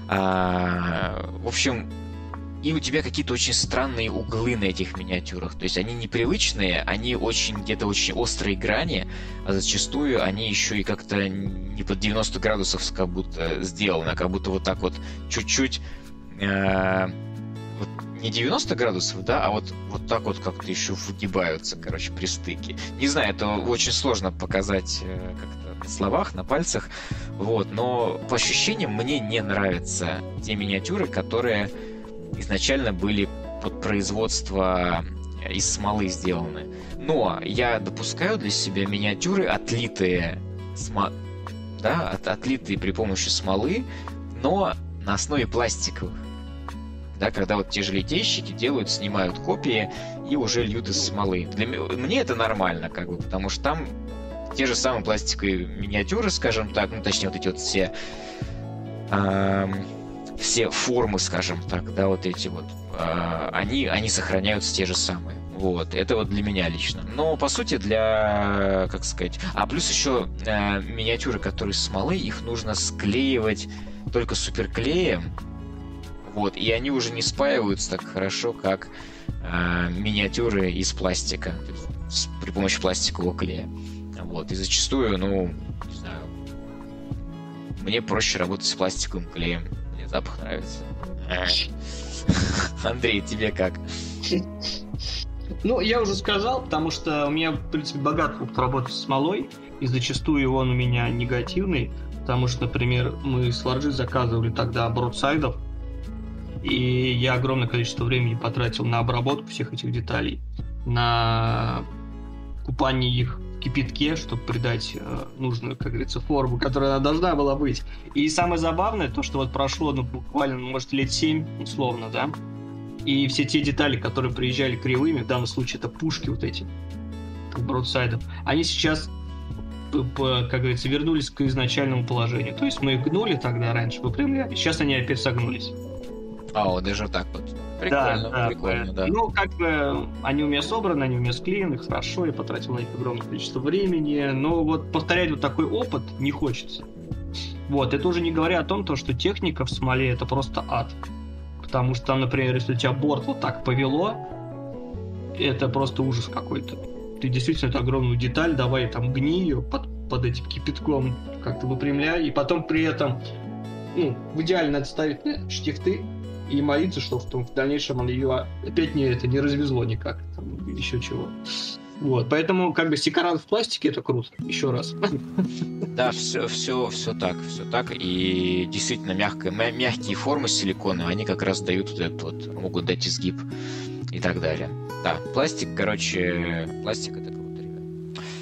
А, в общем, и у тебя какие-то очень странные углы на этих миниатюрах. То есть они непривычные, они очень где-то очень острые грани, а зачастую они еще и как-то не под девяносто градусов как будто сделаны, а как будто вот так вот чуть-чуть э, вот не девяносто градусов, да, а вот, вот так вот как-то еще выгибаются, короче, при стыке. Не знаю, это очень сложно показать э, как-то на словах, на пальцах, вот, но по ощущениям мне не нравятся те миниатюры, которые изначально были под производство из смолы сделаны. Но я допускаю для себя миниатюры, отлитые, смо... да, от, отлитые при помощи смолы, но на основе пластиковых. Да, когда вот те же литейщики делают, снимают копии и уже льют из смолы. Для меня, мне это нормально, как бы, потому что там те же самые пластиковые миниатюры, скажем так, ну точнее вот эти вот все э, все формы, скажем так, да, вот эти вот, э, они, они сохраняются те же самые. Вот, это вот для меня лично. Но, по сути, для, как сказать... А плюс еще э, миниатюры, которые из смолы, их нужно склеивать только суперклеем. Вот, и они уже не спаиваются так хорошо, как э, миниатюры из пластика, то есть, с, при помощи пластикового клея. Вот, и зачастую, ну, не знаю, мне проще работать с пластиковым клеем. Мне запах нравится. Андрей, тебе как? Ну, я уже сказал, потому что у меня, в принципе, богат опыт работы с смолой, и зачастую он у меня негативный, потому что, например, мы с Ларджи заказывали тогда бродсайдов, и я огромное количество времени потратил на обработку всех этих деталей, на купание их в кипятке, чтобы придать э, нужную, как говорится, форму, которая она должна была быть. И самое забавное, то, что вот прошло, ну, буквально, может, лет семь, условно, да, и все те детали, которые приезжали кривыми, в данном случае это пушки вот эти, бродсайдов, они сейчас, как говорится, вернулись к изначальному положению. То есть мы их гнули тогда раньше, выпрямляли, сейчас они опять согнулись. А, вот даже так вот. Прикольно, да, прикольно, да. да. Ну, как бы, они у меня собраны, они у меня склеены, хорошо, я потратил на них огромное количество времени, но вот повторять вот такой опыт не хочется. Вот, это уже не говоря о том, то, что техника в смоле это просто ад. Потому что там, например, если у тебя борт вот так повело, это просто ужас какой-то. Ты действительно эту огромную деталь, давай там гни ее под, под этим кипятком, как-то выпрямляй, и потом при этом, ну, в идеале надо ставить на штифты и молиться, что в, том, в дальнейшем он ее опять не, это, не развезло никак, там, или еще чего. Вот, поэтому как бы секаран в пластике это круто, еще раз. Да, все, все, все так, все так, и действительно мягкие, мягкие формы силикона, они как раз дают вот этот вот, могут дать изгиб и так далее. Да, пластик, короче, пластик это круто, ребят.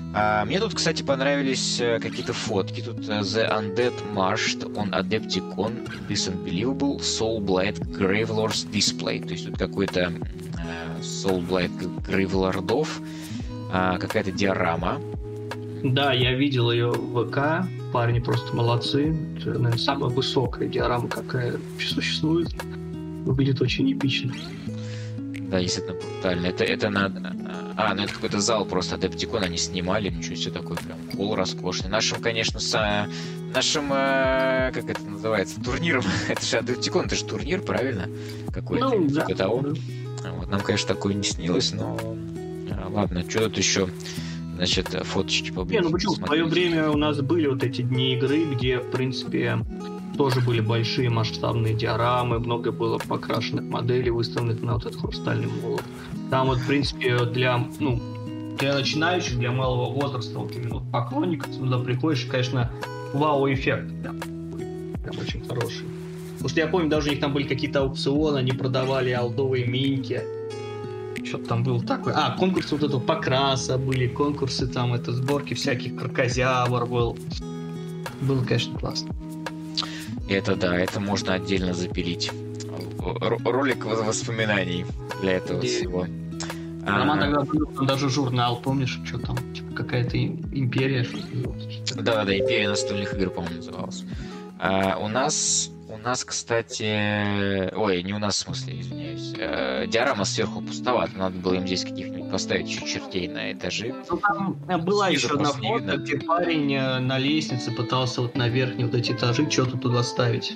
А, мне тут, кстати, понравились э, какие-то фотки. Тут э, The Undead Marched on Adepticon This Unbelievable Soulblight Gravelords Display. То есть тут какой-то э, Soulblight Gravelordов, э, какая-то диорама. Да, я видел ее в ВК. Парни просто молодцы. Это, наверное, самая высокая диорама, какая вообще существует. Выглядит очень эпично. Да, действительно брутально. Это, это на... А, ну это какой-то зал просто Адептикон они снимали, ничего себе, такой прям холл роскошный. Нашим, конечно, с... Нашим, э, как это называется, турниром. Это же Адептикон, это же турнир, правильно? Какой-то, ну, типа да, того. Да. Вот, нам, конечно, такое не снилось, но... Ладно, что тут еще... Значит, фоточки поближе. Не, ну почему? В свое время у нас были вот эти дни игры, где, в принципе, тоже были большие масштабные диорамы, много было покрашенных моделей, выставленных на вот этот хрустальный молот. Там вот, в принципе, для, ну, для начинающих, для малого возраста, вот именно поклонников, туда приходишь, конечно, вау-эффект прям, прям очень хороший. Потому что я помню, даже у них там были какие-то аукционы, они продавали олдовые миньки. Что-то там было такое. А, конкурсы вот этого покраса были, конкурсы там, это сборки всяких, кракозябр был. Было, конечно, классно. Это да, это можно отдельно запилить. Р- ролик воспоминаний для этого И... всего. Роман тогда был, там даже журнал, помнишь, что там, типа какая-то империя. Да-да-да, империя настольных игр, по-моему, называлась. А, у нас, у нас, кстати... Ой, не у нас, в смысле, извиняюсь. А, диорама сверху пустовата. Надо было им здесь каких-нибудь поставить еще чертей на этажи. Ну, там была Снизу еще одна просто не фото, видно. где парень э, на лестнице пытался вот на верхние вот эти этажи что-то туда ставить.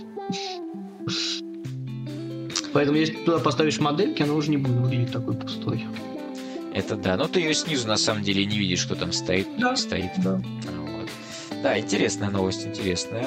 Поэтому если ты туда поставишь модельки, она уже не будет выглядеть такой пустой. Это да. Но ты ее снизу, на самом деле, не видишь, что там стоит. Да, стоит. да. Вот. Да, интересная новость, интересная.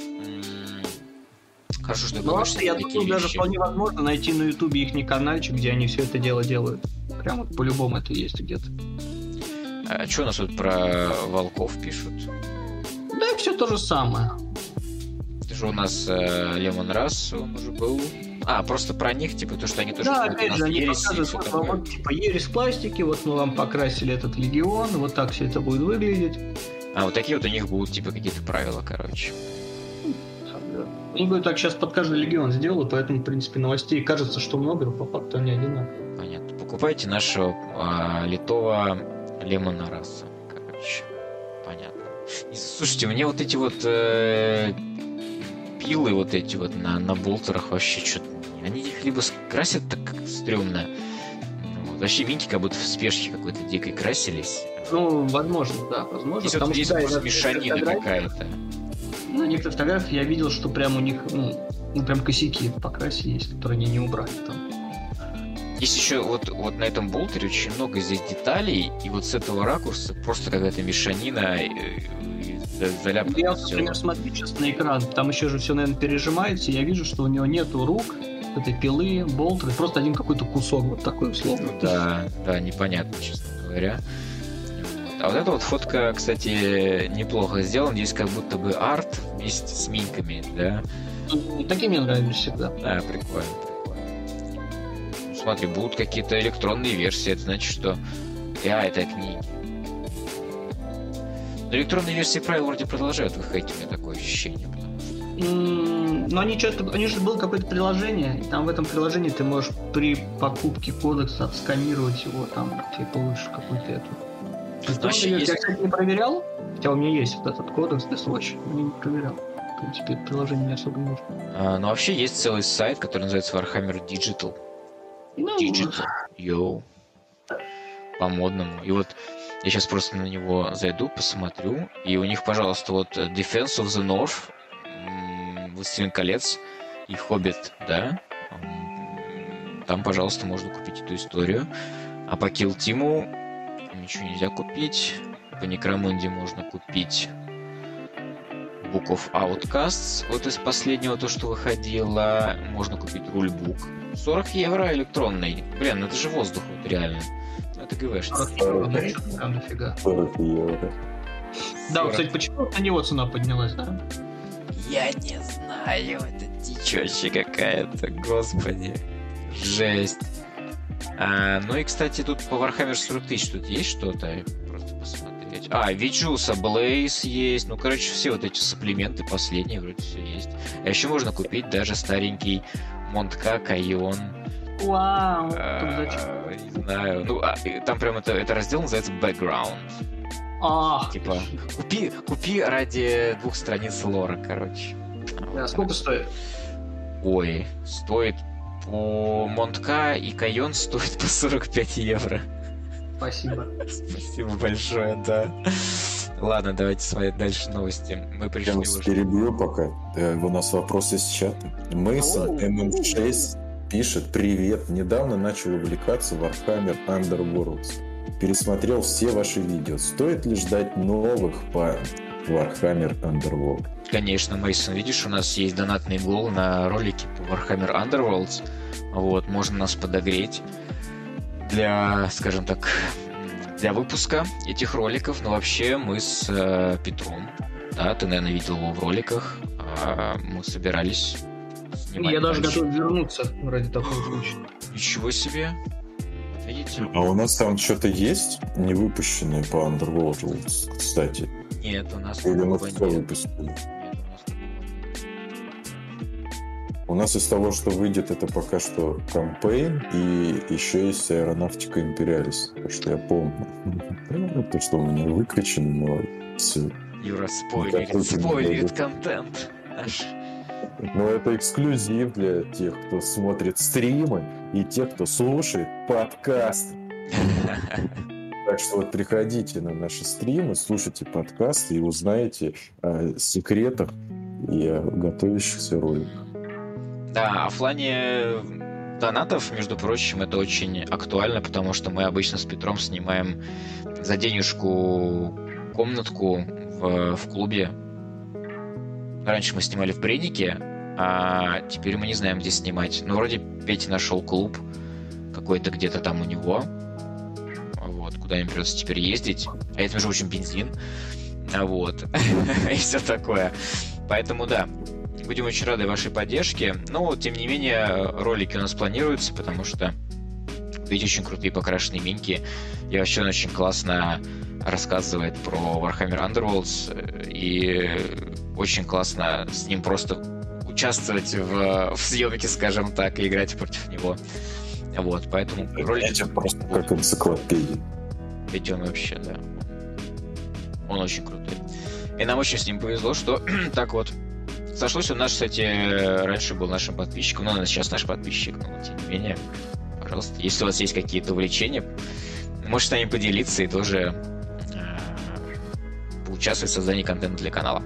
Хорошо, что ты Ну, говоришь, вообще, я такие думаю, даже вещи. вполне возможно найти на Ютубе их каналчик, где они все это дело делают. Прям вот по-любому это есть где-то. А что у нас тут про волков пишут? Да, все то же самое. Это же у нас э, Лемон Расс, он уже был. А, просто про них, типа, то, что они тоже... Да, будут у опять нас же, они ересь и показывают, всё вот, такое. вот, типа, ересь в пластике, вот мы вам покрасили этот легион, вот так все это будет выглядеть. А, вот такие вот у них будут, типа, какие-то правила, короче. Они говорят, так сейчас под каждый легион сделаю, поэтому, в принципе, новостей кажется, что много, но по факту они одинаковые. Понятно. Покупайте нашего а, литого Лемона Расса, короче. Понятно. И, слушайте, мне вот эти вот э, пилы вот эти вот на, на болтерах вообще что-то... Они их либо красят так как стрёмно. Вот. Вообще минки как будто в спешке какой-то дикой красились. Ну, возможно, да, возможно. Здесь потому вот есть что, да, просто я мешанина фотографии- какая-то. На некоторых фотографиях я видел, что прям у них, ну, ну, прям косяки в покрасе есть, которые они не убрали там. Есть еще вот, вот на этом болтере очень много здесь деталей, и вот с этого ракурса просто какая-то мешанина и, и заляпано Я, вот, всё. например, смотрю сейчас на экран, там еще же все, наверное, пережимается, и я вижу, что у него нету рук, этой пилы, болтера, просто один какой-то кусок вот такой условно. Ну да, да, непонятно, честно говоря. Вот. А вот эта вот фотка, кстати, неплохо сделана. Здесь как будто бы арт вместе с минками, да? Ну, такие мне нравились всегда. Да, прикольно, прикольно. Ну, смотри, будут какие-то электронные версии, это значит, что... А, это книги. Но электронные версии правил вроде продолжают выходить, у меня такое ощущение, потому что... М, Но они что-то, они же было какое-то приложение, и там в этом приложении ты можешь при покупке кодекса отсканировать его, там ты получишь какую-то эту. Вообще Я, есть- кстати, не проверял, хотя у меня есть вот этот кодекс Deathwatch, но я не проверял. В принципе, это приложение не особо не нужно. А, но вообще есть целый сайт, который называется Warhammer Digital. Ну, Digital. Йоу. По-модному. И вот я сейчас просто на него зайду, посмотрю. И у них, пожалуйста, вот Defense of the North, м, Властелин колец и Хоббит, да? М, Там, пожалуйста, можно купить эту историю. А по Kill Team ничего нельзя купить. По Necromunda можно купить Book of Outcasts, вот из последнего, то, что выходило. Можно купить рульбук. сорок евро электронный. Блин, ну это же воздух, вот реально. Ну, это ГВшница. Там дофига. сорок евро. Да, вот, кстати, почему на него цена поднялась, да? Я не знаю, это дичь вообще какая-то, господи. Жесть. А, ну и, кстати, тут по Warhammer сорок тысяч тут есть что-то? Просто посмотреть. смотреть. А, Вичуса Блейз есть. Ну, короче, все вот эти сапплименты последние вроде все есть. А еще можно купить даже старенький Монтка Кайон. Вау! А, не знаю. Ну, а, там прям это, это раздел называется Background. Ах, Типа, купи, купи ради двух страниц лора, короче. Да, сколько стоит? Ой, стоит по Монтка и Кайон стоит по сорок пять евро. Спасибо. Спасибо большое, да. Ладно, давайте смотреть дальше новости. Мы пришли Я вас уже. перебью пока. Э, У нас вопрос из чата. Мейсон эм эм шесть пишет: привет, недавно начал увлекаться Warhammer Underworlds. Пересмотрел все ваши видео. Стоит ли ждать новых по Warhammer Underworld? Конечно, Мейсон, видишь, у нас есть донатный гол на ролики по Warhammer Underworlds. Вот, можно нас подогреть для, скажем так, для выпуска этих роликов. Но вообще мы с э, Петром, да, ты, наверное, видел его в роликах, э, мы собирались снимать. Я даже дальше. готов вернуться ради такого случая. Ничего себе. Видите? А у нас там что-то есть не выпущенное по Underworld, кстати? Нет, у нас Или мы такого все нет. выпустили? Нет, у нас такого нет. У нас из того, что выйдет, это пока что кампейн, и еще есть Аэронавтика Империалис. То, что я помню. То, что у меня выключено, но все. Юра спойлерит, Никакой не спойлерит будет. контент наш. Но это эксклюзив для тех, кто смотрит стримы, и тех, кто слушает подкаст. Так что вот приходите на наши стримы, слушайте подкасты и узнаете о секретах и о готовящихся роликах. Да, а в плане донатов, между прочим, это очень актуально, потому что мы обычно с Петром снимаем за денежку комнатку в, в клубе. Раньше мы снимали в Бренике, а теперь мы не знаем, где снимать. Но вроде Петя нашел клуб какой-то где-то там у него. Вот, куда им придется теперь ездить. А это уже очень бензин. А вот. И все такое. Поэтому да, будем очень рады вашей поддержке. Но, тем не менее, ролики у нас планируются, потому что ведь очень крутые покрашенные миньки. И вообще он очень классно рассказывает про Warhammer Underworlds. И очень классно с ним просто участвовать в, в съемке, скажем так, и играть против него. Вот, поэтому ролики... Это просто как энциклопедия. Ведь он вообще, да. Он очень крутой. И нам очень с ним повезло, что так вот сошлось. Он наш, кстати, раньше был нашим подписчиком, но он сейчас наш подписчик, но тем не менее, пожалуйста, если у вас есть какие-то увлечения, можете с нами поделиться и тоже э, поучаствовать в создании контента для канала.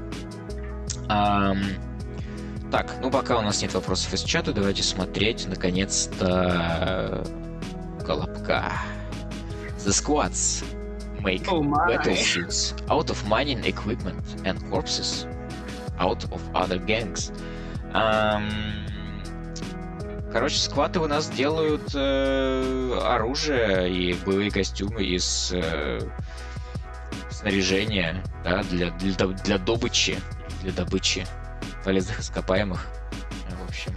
Ам, так, ну пока у нас нет вопросов из чата, давайте смотреть, наконец-то, Колобка. The squads make Oh my. battlesuits out of mining equipment and corpses out of other gangs. Ам, Короче, скваты у нас делают э, оружие и боевые костюмы из э, снаряжения, да, для, для, для добычи, для добычи полезных ископаемых. В общем,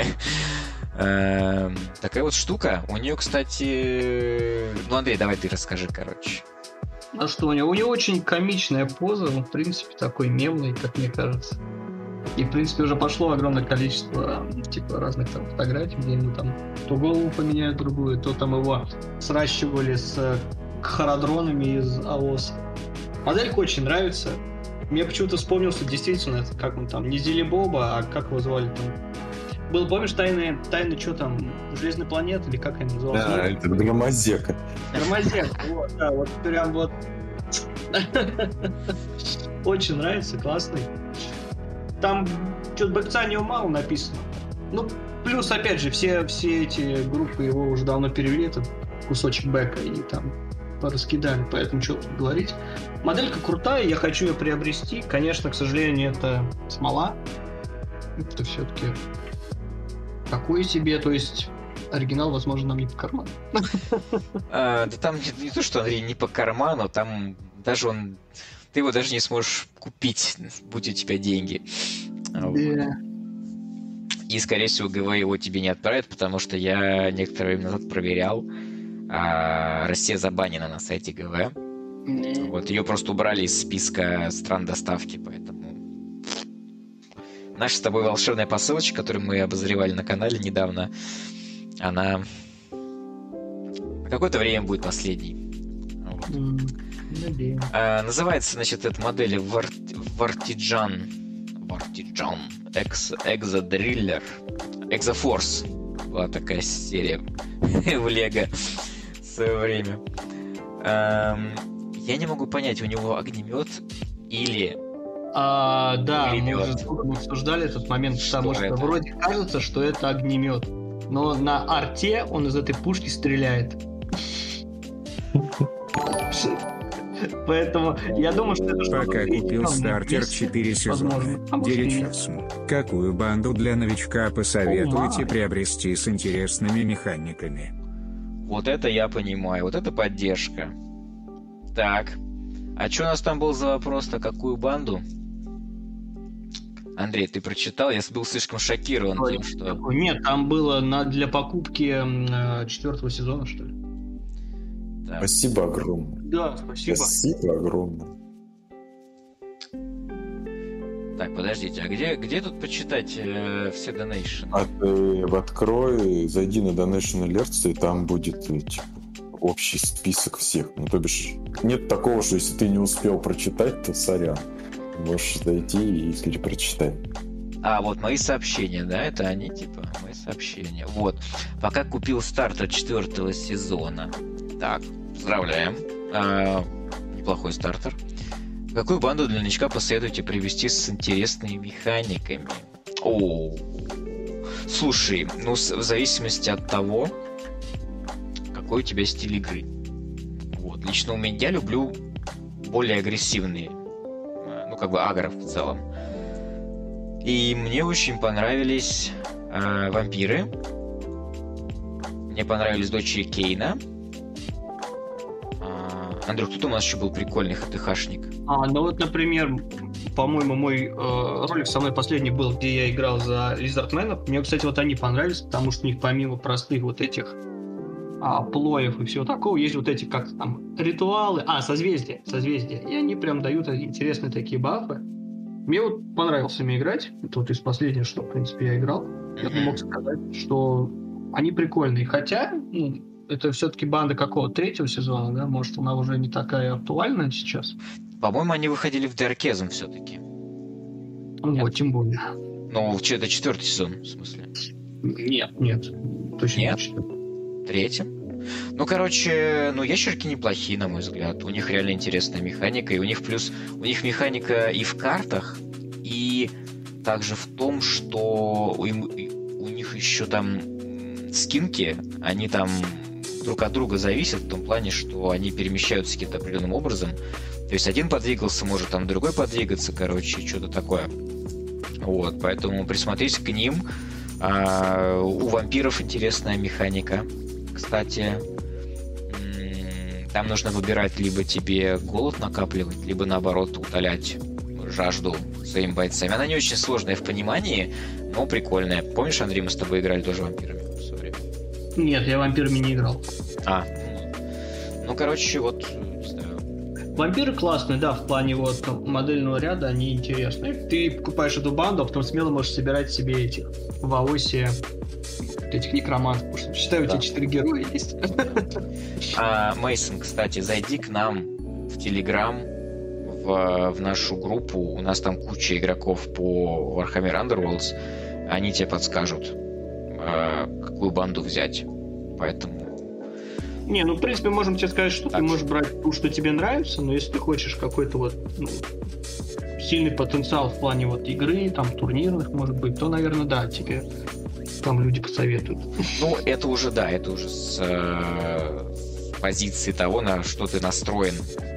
Эм, такая вот штука. У нее, кстати... Ну, Андрей, давай ты расскажи, короче. А что у него? У него очень комичная поза, он, в принципе, такой мемный, как мне кажется. И, в принципе, уже пошло огромное количество, типа, разных там фотографий, где ему там то голову поменяют другую, то там его сращивали с харадронами из АОС. Моделька очень нравится. Мне почему-то вспомнился действительно, это как он там, не Зили Боба, а как его звали там. Был, помнишь, тайны, тайны, что там, Железной планеты, или как они назывались? Да, это Громозека. Громозек, вот, да, вот прям вот. Очень нравится, классный. Там что-то бэкца о него мало написано. Ну, плюс, опять же, все, все эти группы его уже давно перевели, этот кусочек бэка, и там пораскидали, поэтому что тут говорить. Моделька крутая, я хочу ее приобрести. Конечно, к сожалению, это смола. Это все-таки такое себе, то есть оригинал, возможно, нам не по карману. А, да там не, не то, что Андрей не по карману, там даже он... Ты его даже не сможешь купить, будь у тебя деньги. Да. И, скорее всего, ГВ его тебе не отправят, потому что я некоторое время назад проверял. А, Россия забанена на сайте ГВ. Вот, ее просто убрали из списка стран доставки, поэтому... Наша с тобой волшебная посылочка, которую мы обозревали на канале недавно, она на какое-то время будет последней. Вот. Mm, а, называется, значит, эта модель Vortijan Vortijan Exadriller Exaforce. Была такая серия в Лего в свое время. А, я не могу понять, у него огнемет или... А, да, огнемет. мы уже обсуждали этот момент, Что потому что это? вроде кажется, что это огнемет. Но на арте он из этой пушки стреляет. Поэтому я думаю, что это что-то... Пока купил стартер четыре сезона. Диричесм. Какую банду для новичка посоветуете приобрести с интересными механиками? Вот это я понимаю, вот это поддержка. Так, а что у нас там был за вопрос-то? Какую банду? Андрей, ты прочитал? Я был слишком шокирован Ой, тем, что... Нет, там было на, для покупки э, четвертого сезона, что ли. Так. Спасибо огромное. Да, спасибо. Спасибо огромное. Так, подождите, а где, где тут почитать э, все донейшны? А ты открой, зайди на Donation Alerts, и там будет э, типа, общий список всех. Ну, то бишь, нет такого, что если ты не успел прочитать, то сорян. Можешь зайти и прочитать. А, вот мои сообщения, да, это они, типа, мои сообщения. Вот, пока купил стартер четвертого сезона. Так, поздравляем. А, неплохой стартер. Какую банду для новичка посоветуете привести с интересными механиками? О, слушай, ну, в зависимости от того, какой у тебя стиль игры. Вот, лично у меня я люблю более агрессивные, ну, как бы агров в целом. И мне очень понравились э, вампиры. Мне понравились дочери Кейна. А, Андрюх, кто-то у нас еще был прикольный ХТХшник. А, ну вот, например, по-моему, мой э, ролик самый последний был, где я играл за Лизардменов. Мне, кстати, вот они понравились, потому что у них помимо простых вот этих а, плоев и всего такого, есть вот эти как там ритуалы, а, созвездия, созвездия. И они прям дают интересные такие бафы. Мне вот понравилось ими играть. Это вот из последнего, что, в принципе, я играл. Я Mm-hmm. мог сказать, что они прикольные. Хотя, ну, это все-таки банда какого третьего сезона, да? Может, она уже не такая актуальная сейчас. По-моему, они выходили в Даркезм все-таки. Ну, вот, тем более. Ну, че- это четвертый сезон, в смысле. Нет, нет. Точно Нет? не четвертый. Третьим? Ну, короче, ну, ящерки неплохие, на мой взгляд. У них реально интересная механика. И у них плюс... У них механика и в картах, и также в том, что у, им, у них еще там скинки, они там друг от друга зависят в том плане, что они перемещаются каким-то определенным образом. То есть один подвигался, может там другой подвигаться, короче, что-то такое. Вот, поэтому присмотрись к ним. А, у вампиров интересная механика. Кстати, там нужно выбирать либо тебе голод накапливать, либо наоборот удалять жажду своими бойцами. Она не очень сложная в понимании, но прикольная. Помнишь, Андрей, мы с тобой играли тоже вампирами в свое время? Нет, я вампирами не играл. А, ну, короче, вот, не знаю. Вампиры классные, да, в плане вот модельного ряда они интересные. Ты покупаешь эту банду, а потом смело можешь собирать себе этих в АОСе этих некромантов, потому что, считаю, у тебя четыре героя есть. А, Мейсон, кстати, зайди к нам в Телеграм, в, в нашу группу. У нас там куча игроков по Warhammer Underworlds. Они тебе подскажут, а, какую банду взять. Поэтому... Не, ну, в принципе, можем тебе сказать, что Так. ты можешь брать ту, что тебе нравится, но если ты хочешь какой-то вот ну, сильный потенциал в плане вот игры, там, турнирных, может быть, то, наверное, да, тебе там люди посоветуют. Ну, это уже, да, это уже с, э, с позиции того, на что ты настроен.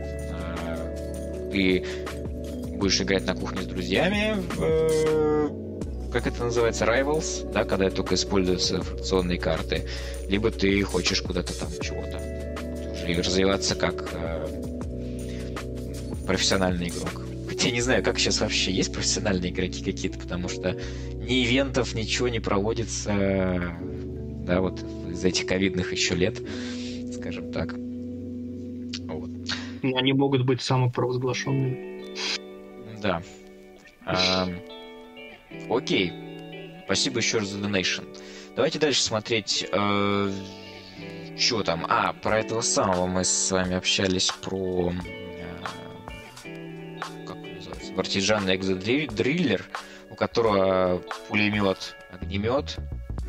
Э, ты будешь играть на кухне с друзьями в, э, как это называется, Rivals, да, когда только используются фракционные карты, либо ты хочешь куда-то там чего-то уже развиваться как э, профессиональный игрок. Я не знаю, как сейчас вообще есть профессиональные игроки какие-то, потому что ни ивентов, ничего не проводится, да, вот из этих ковидных еще лет, скажем так. Вот. они могут быть самопровозглашенными. Да. А, окей. Спасибо еще раз за донейшн. Давайте дальше смотреть, э, что там. А, про этого самого мы с вами общались, про... Э, как он называется? Партизан Экзодриллер, у которого пулемет, огнемет.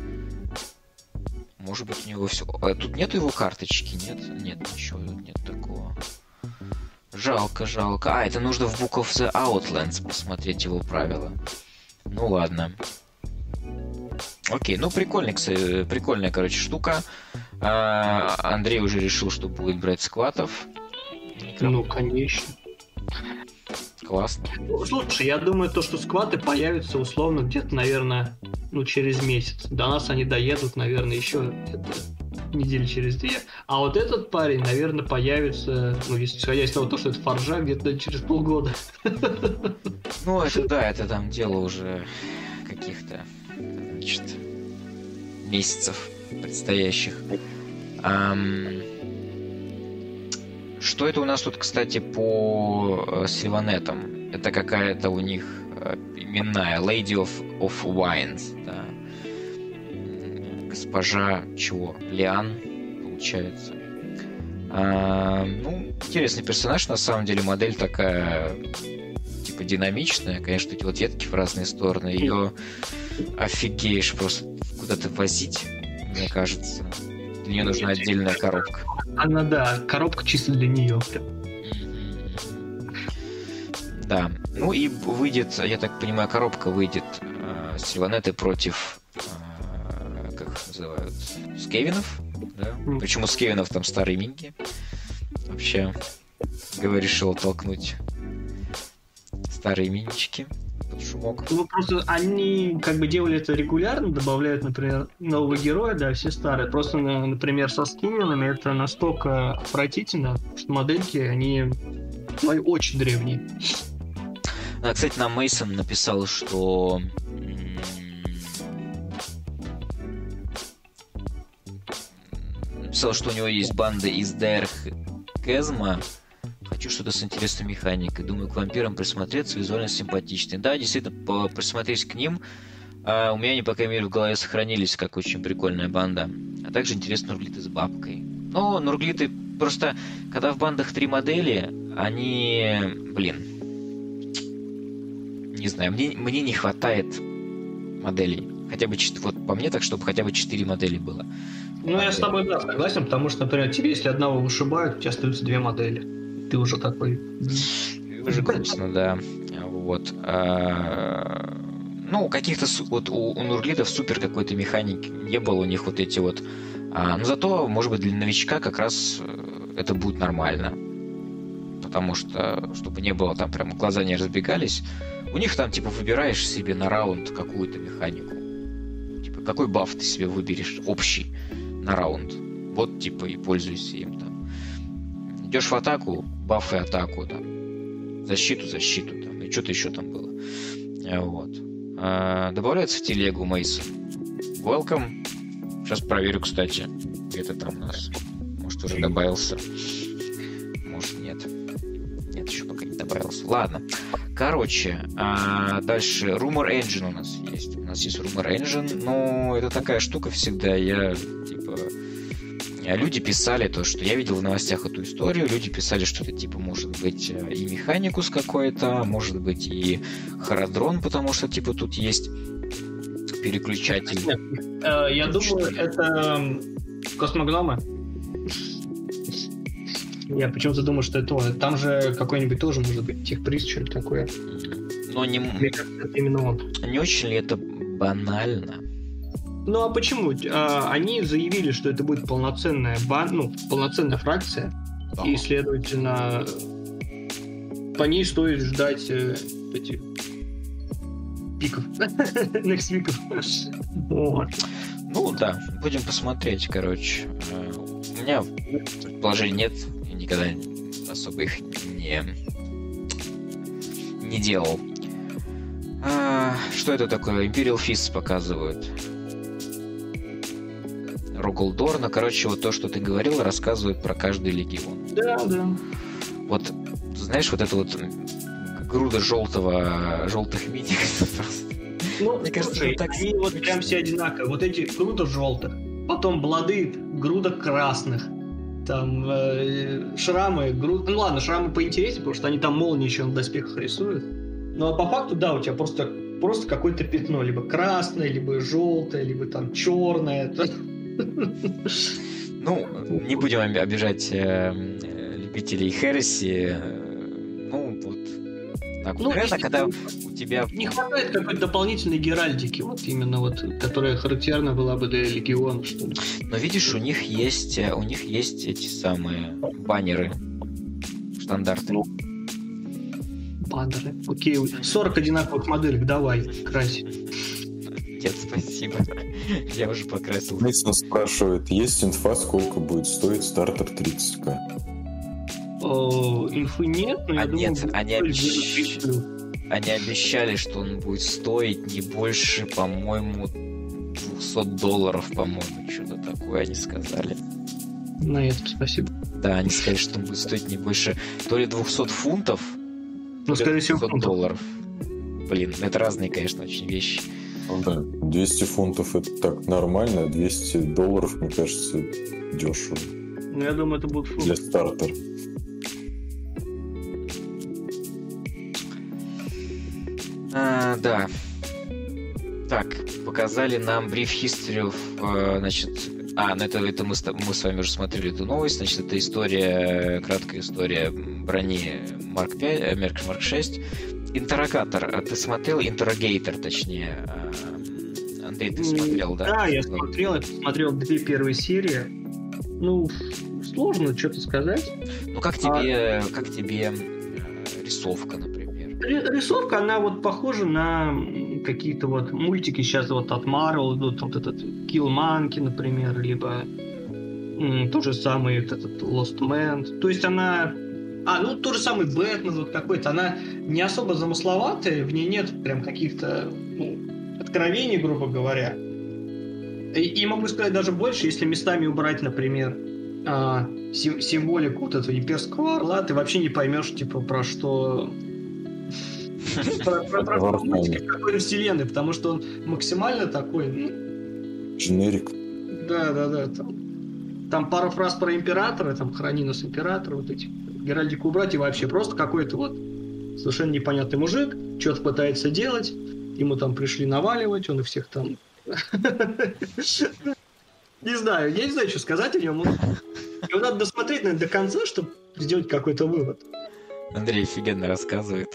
Может быть, у него все... А тут нету его карточки, нет? Нет, ничего, нет такого. Жалко, жалко. А, это нужно в Book of the Outlands посмотреть его правила. Ну ладно. Окей, ну прикольный, кстати, прикольная, короче, штука. А, Андрей уже решил, что будет брать скватов. Ну, конечно. Классно. Ну, слушай, я думаю, то, что скваты появятся условно где-то, наверное, ну, через месяц. До нас они доедут, наверное, еще где-то недели через две. А вот этот парень, наверное, появится, ну, если исходя из того, что это форжа, где-то через полгода. Ну, это да, это там дело уже каких-то, значит, месяцев предстоящих. Ам... Что это у нас тут, кстати, по Сильванетам? Это какая-то у них именная Lady of, of Wines, да. Госпожа чего? Лиан, получается. А, ну, интересный персонаж, на самом деле, модель такая, типа, динамичная. Конечно, эти вот ветки в разные стороны. Ее офигеешь просто куда-то возить, мне кажется. Для нее нужна отдельная коробка. Она, да, коробка чисто для нее. Да. Ну и выйдет, я так понимаю, коробка выйдет э, Сильванеты против, э, как их называют, скевинов. Да? Mm. Почему скевинов там старые минги? Вообще, говорю, решил толкнуть старые минички под шумок. Ну, просто они как бы делали это регулярно, добавляют, например, нового героя, да, все старые. Просто, например, со скинами это настолько отвратительно, что модельки, они, ну, очень древние. А, кстати, нам Мейсон написал, что написал, что у него есть банда из Дайр Кезма. Хочу что-то с интересной механикой. Думаю, к вампирам присмотреться, визуально симпатичные. Да, действительно, присмотреть к ним. А у меня они, по крайней мере, в голове сохранились, как очень прикольная банда. А также интересно нурглиты с бабкой. Но нурглиты просто, когда в бандах три модели, они, блин, не знаю, мне, мне не хватает моделей. Хотя бы, вот по мне так, чтобы хотя бы четыре модели было. Ну, модели. Я с тобой, да, согласен, потому что, например, тебе, если одного вышибают, у тебя остаются две модели. Ты уже такой... Уже грустно, да. Вот. А, ну, каких-то... Вот у, у нурглитов супер какой-то механики не было, у них вот эти вот... А, но зато, может быть, для новичка как раз это будет нормально. Потому что, чтобы не было там прям, глаза не разбегались, у них там, типа, выбираешь себе на раунд какую-то механику. Типа, какой баф ты себе выберешь общий на раунд. Вот, типа, и пользуйся им там. Идешь в атаку, бафы атаку, там. Защиту, защиту, там. И что-то еще там было. Вот. А, добавляется в телегу Мейсон. Welcome. Сейчас проверю, кстати. Где-то там у нас. Может, уже добавился. Может, нет. Нет, еще пока не добавился. Ладно. Короче, а дальше Rumor Engine у нас есть. У нас есть Rumor Engine, но это такая штука всегда. Я, типа... Люди писали то, что... Я видел в новостях эту историю. Люди писали, что это, типа, может быть и механикус какой-то, может быть и хородрон, потому что, типа, тут есть переключатель. Нет, я думаю, это космогномы. Я почему-то думаю, что это он. Там же какой-нибудь тоже может быть техприз, что-то такое. Но не... Мне кажется, это именно он. Не очень ли это банально? Ну а почему? А, они заявили, что это будет полноценная бан... ну, полноценная фракция, да. И, следовательно, по ней стоит ждать э, эти пиков. Next-пиков. Вот. Ну да, будем посмотреть, короче. У меня предположений нет, я никогда особо их не, не делал. А, что это такое? Imperial Fists показывают. Рогалдорна. Короче, вот то, что ты говорил, рассказывают про каждый легион. Да, да. Вот, знаешь, вот это вот груда желтого, желтых мини. Ну, мне кажется, слушай, так они вот прям все одинаковые. Вот эти груда желтых, потом блады, груда красных, там э, шрамы, груда... Ну ладно, шрамы поинтереснее, потому что они там молнии еще на доспехах рисуют. Ну а по факту, да, у тебя просто, просто какое-то пятно, либо красное, либо желтое, либо там черное. Ну, не будем обижать э, любителей Хереси. Ну, вот так вот. Ну, Наверное, когда у тебя... Не хватает какой-то дополнительной геральдики, вот именно вот, которая характерна была бы для Легиона, что ли. Но видишь, у них есть, у них есть эти самые баннеры, стандарты. Ну, баннеры. Окей, сорок одинаковых моделек, давай, крась. Нет, спасибо. Я уже покрасил. Мейсон спрашивает, есть инфа, сколько будет стоить стартер тридцать тысяч? О, инфы нет, но я а думаю... Нет, они, обещ... они обещали, что он будет стоить не больше, по-моему, двести долларов, по-моему, что-то такое они сказали. На это спасибо. Да, они сказали, что он будет стоить не больше то ли двести фунтов, ну, скорее всего, двести долларов. Блин, это разные, конечно, очень вещи. Ну да, двести фунтов это так нормально, а двести долларов, мне кажется, дешево. Ну, я думаю, это будет фунт. Для стартера. А, да. Так, показали нам brief history of, uh, значит... А, ну это, это мы, с, мы с вами уже смотрели эту новость. Значит, это история, краткая история брони Марк пять, Марк шесть. Интеррогатор. А ты смотрел? Интеррогейтор, точнее. Андрей, ты смотрел, да? Да, я смотрел. Я посмотрел две первые серии. Ну, сложно что-то сказать. Ну, как тебе, а... как тебе рисовка, например? Рисовка, она вот похожа на какие-то вот мультики сейчас вот от Marvel идут, вот этот Kill Monkey, например, либо м, то же самое вот этот Lost Man. То есть она... А, ну, тот же самый Бэтмен вот какой-то. Она не особо замысловатая, в ней нет прям каких-то ну, откровений, грубо говоря. И, и могу сказать даже больше, если местами убрать, например, а, сим- символику вот этого имперского орла, ты вообще не поймешь, типа, про что... Про мультики какой-то вселенной, потому что он максимально такой... Дженерик. Да-да-да. Там пара фраз про императора, там храни нас императора, вот эти геральдику убрать, и вообще просто какой-то вот совершенно непонятный мужик что-то пытается делать, ему там пришли наваливать, он их всех там... Не знаю, я не знаю, что сказать о нем. Его надо досмотреть, наверное, до конца, чтобы сделать какой-то вывод. Андрей офигенно рассказывает.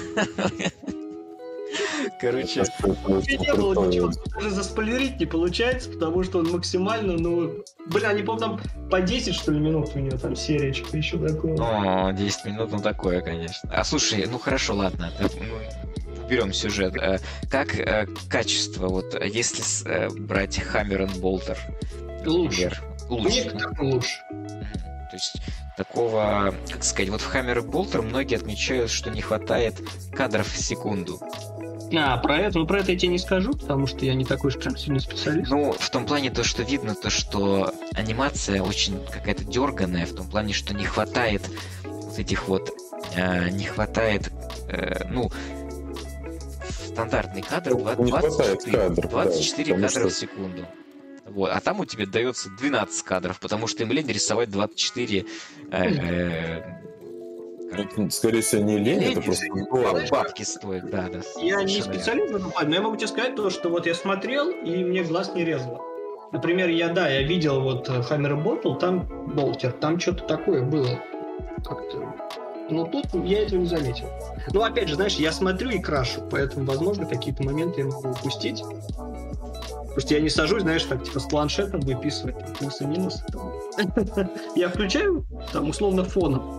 Короче... Не было ничего, даже заспойлерить не получается, потому что он максимально, ну... Бля, не помню, там по десять, что ли, минут у него там сериечка, еще такое. О, десять минут, ну такое, конечно. А слушай, ну хорошо, ладно, берем сюжет. Как качество, вот если брать Hammer and Bolter, лучше. Лучше. Лучше. То есть такого, как сказать, вот в Hammer and Bolter многие отмечают, что не хватает кадров в секунду. А, про это, ну про это я тебе не скажу, потому что я не такой уж прям сильный специалист. Ну, в том плане то, что видно, то, что анимация очень какая-то дерганая, в том плане, что не хватает вот этих вот, э, не хватает, э, ну, стандартный кадр двадцать четыре, кадров, двадцать четыре да, кадра что... в секунду. Вот. А там у тебя дается двенадцать кадров, потому что им лень рисовать двадцать четыре... Э, это, скорее всего, не лень, лень это просто... Баб, бабки стоят, да, да. Я не специалист в этом плане, но я могу тебе сказать то, что вот я смотрел, и мне глаз не резало. Например, я, да, я видел вот Hammer and Bolter, там Болтер, там что-то такое было. Как-то... Но тут я этого не заметил. Ну, опять же, знаешь, я смотрю и крашу, поэтому, возможно, какие-то моменты я могу упустить. Потому что я не сажусь, знаешь, так, типа, с планшетом выписывать плюсы-минусы. Я включаю, там, условно, фоном.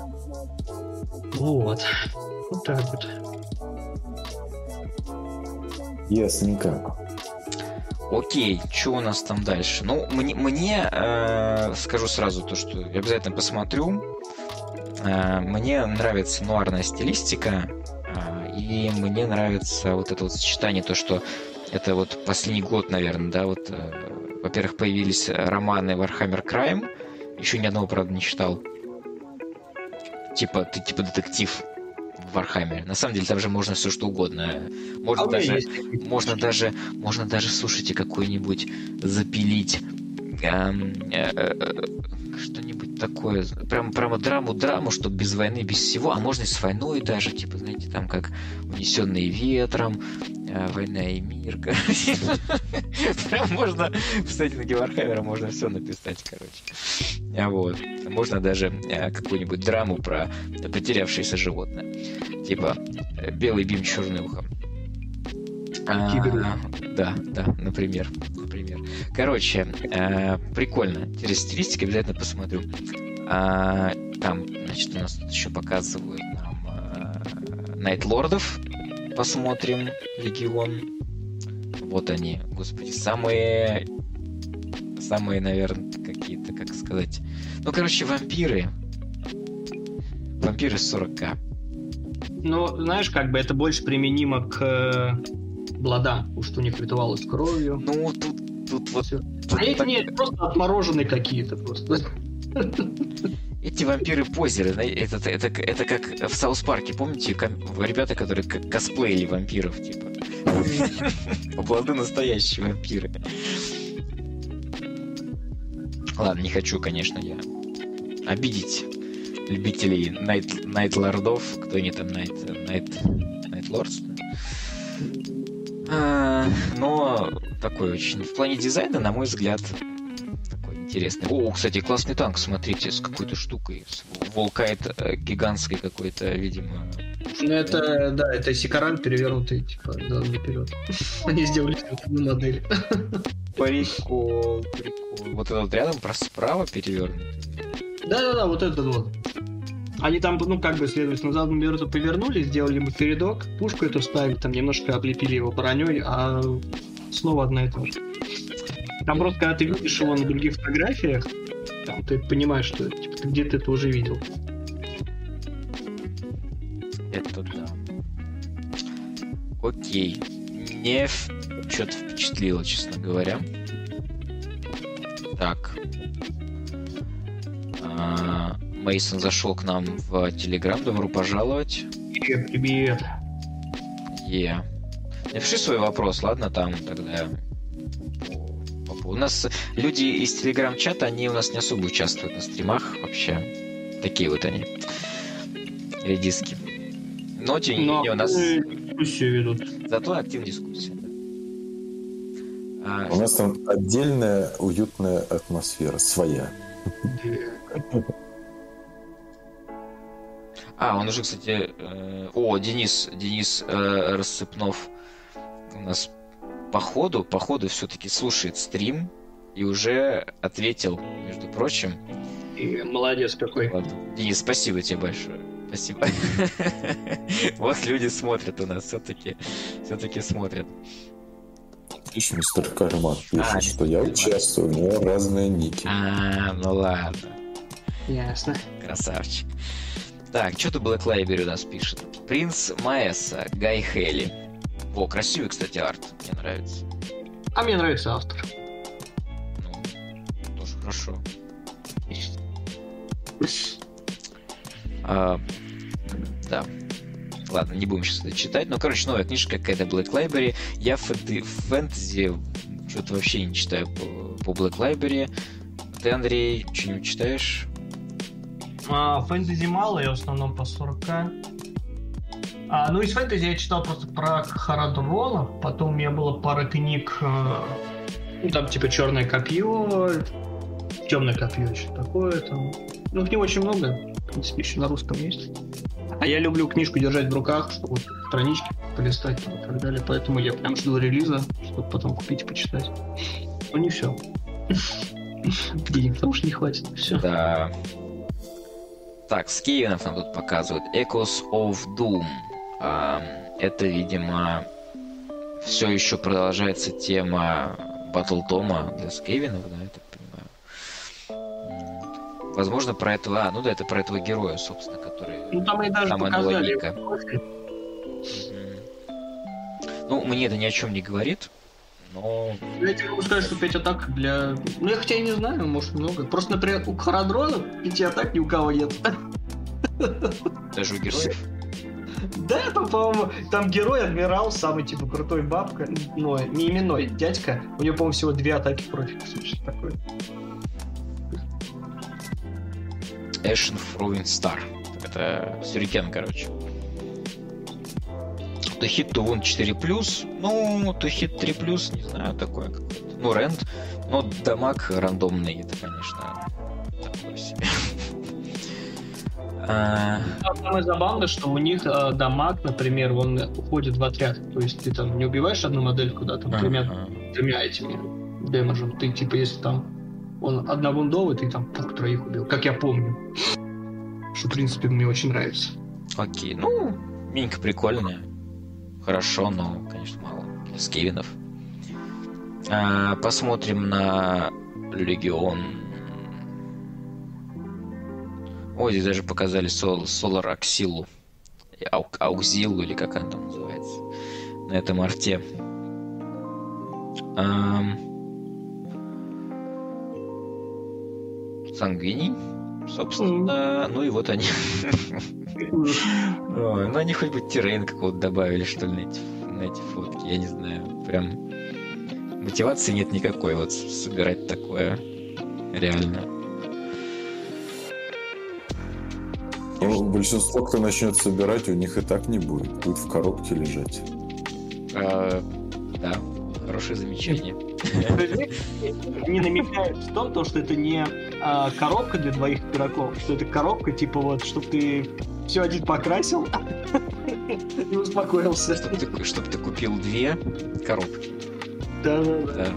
Вот. Вот так вот. Ясненько. Окей, что у нас там дальше? Ну, мне, мне э, скажу сразу то, что я обязательно посмотрю. Э, мне нравится нуарная стилистика, э, и мне нравится вот это вот сочетание, то, что это вот последний год, наверное, да, вот, э, во-первых, появились романы Warhammer Crime, еще ни одного, правда, не читал. типа, ты типа детектив в Вархаммере. На самом деле там же можно все что угодно. Можно А даже, есть. можно даже, можно даже, слушайте, какой-нибудь запилить эм, э, э, что-нибудь такое, прям, прямо драму-драму, чтобы без войны, без всего, а можно и с войной даже, типа, знаете, там как «Унесенные ветром», э, «Война и мир», короче. Прям можно, кстати, на Вархаммера можно все написать, короче. А вот. Можно даже э, какую-нибудь драму про потерявшееся животное. Типа «Белый бим, черное ухо». А, да, да, например, например. Короче, э, прикольно. Интересная стилистика, обязательно посмотрю. А, там, значит, у нас тут еще показывают нам э, Найтлордов. Посмотрим. Легион. Вот они, господи, самые, самые, наверное, какие-то, как сказать. Ну, короче, вампиры. Вампиры сорок ка. Ну, знаешь, как бы это больше применимо к Бладам, потому что у них ритуалы с кровью. Ну, тут, тут вот... Всё. Тут А эти так... нет, просто отмороженные какие-то просто. Эти вампиры-позеры, это, это, это как в Саус Парке, помните, ком- ребята, которые к- косплеили вампиров, типа. Облады настоящие вампиры. Ладно, не хочу, конечно, я обидеть любителей найт, найтлордов, кто они там, найт, найт, найтлордс. А, но такой очень, в плане дизайна, на мой взгляд, такой интересный. О, кстати, классный танк, смотрите, с какой-то штукой, с волкайт э, гигантской какой-то, видимо. Ну это, да, это Сикаран перевернутый, типа, да, наперед. Они сделали одну модель. Прикол, прикол. Вот этот вот рядом про справа перевернутый. Да-да-да, вот этот вот. Они там, ну, как бы, следовательно, задом берут, повернули, сделали ему передок, пушку эту вставили, там немножко облепили его броней, а снова одна и та же. Там просто, когда ты видишь его на других фотографиях, там ты понимаешь, что типа, ты где-то это уже видел. Это да. Окей. Не в... что-то впечатлило, честно говоря. Так. А, Мейсон зашел к нам в Телеграм. Добро пожаловать. Привет, привет. Е. Напиши свой вопрос, ладно, там тогда. У нас люди из Телеграм-чата, они у нас не особо участвуют на стримах вообще. Такие вот они. Редиски. Но тем не менее у нас... дискуссию ведут. Зато активная дискуссия. Да. А, У нас там отдельная уютная атмосфера, своя. а он уже, кстати... Э... О, Денис, Денис э, Рассыпнов у нас по ходу, по ходу все-таки слушает стрим и уже ответил, между прочим. И молодец какой. Ладно. Денис, спасибо тебе большое. Спасибо. Вот люди смотрят у нас, все-таки все-таки смотрят. Видишь, мистер Карман пишет, А, что я участвую, у него разные ники. А, ну ладно. Ясно. Красавчик. Так, что-то Black Library у нас пишет. Принц Маэса, Гай Хелли. О, красивый, кстати, арт. Мне нравится. А мне нравится автор. Ну, тоже хорошо. А, да. Ладно, не будем сейчас это читать. Но, короче, новая книжка какая-то Black Library. Я фэнтези, фэнтези что-то вообще не читаю по, по Black Library. Ты, Андрей, что-нибудь читаешь? А, фэнтези мало, я в основном по сорок ка. А, ну, из фэнтези я читал просто про Харадрона. Потом у меня была пара книг. Э... Ну, там типа Черное копье, Темное копье, что такое там. Ну, их не очень много. В принципе, еще на русском есть. А я люблю книжку держать в руках, чтобы вот странички полистать и так далее. Поэтому я прям жду релиза, чтобы потом купить и почитать. Ну, не все. Денег потому что не хватит. Все. Да. Так, Скейвенов нам тут показывают. Echoes of Doom. А, это, видимо, все еще продолжается тема Батлтома для Скейвенов, да, я так понимаю. Возможно, про этого... А, ну да, это про этого героя, собственно, который... Ну, там и даже там показали. Ника. Ну, мне это ни о чем не говорит, но... Я тебе могу сказать, что пять атак для... Ну, я хотя и не знаю, может, много. Просто, например, у Харадрона пяти атак ни у кого нет. Даже у героев? Да, там, по-моему, там герой, адмирал, самый, типа, крутой бабка, но не именной дядька. У него, по-моему, всего две атаки против, что такое. Ashen Throwing Star. Это сюрикен, короче. To hit to wound четыре плюс. Ну, to hit три плюс, не знаю, такое какое-то. Ну, рэнд. Но дамаг рандомный, это, конечно, такое себе. А... Самое забавное, что у них а, дамаг, например, он уходит в отряд. То есть ты там не убиваешь одну модельку, да, там тремя, uh-huh. тремя этими дэмэджем. Ты, типа, если там он одновундовый, ты там пух троих убил, как я помню. Что, в принципе, мне очень нравится. Окей, ну, минька прикольная. Хорошо, но, конечно, мало скевинов. А, посмотрим на Легион. Ой, здесь даже показали Сол, Solar Axilу. Ау, Аукзилу, или как она там называется. На этом арте. А, Сангвиний, собственно. Ну и вот они. Ой, ну они хоть бы террейн какого-то добавили, что ли, на эти, на эти фотки. Я не знаю. Прям мотивации нет никакой вот собирать такое. Реально. Ну, большинство, кто начнет собирать, у них и так не будет. Будет в коробке лежать. А, да, хорошее замечание. Они намекают в том, что это не а, коробка для двоих игроков, что это коробка, типа вот, чтобы ты все один покрасил и успокоился. Чтобы ты, чтоб ты купил две коробки. Да-да-да.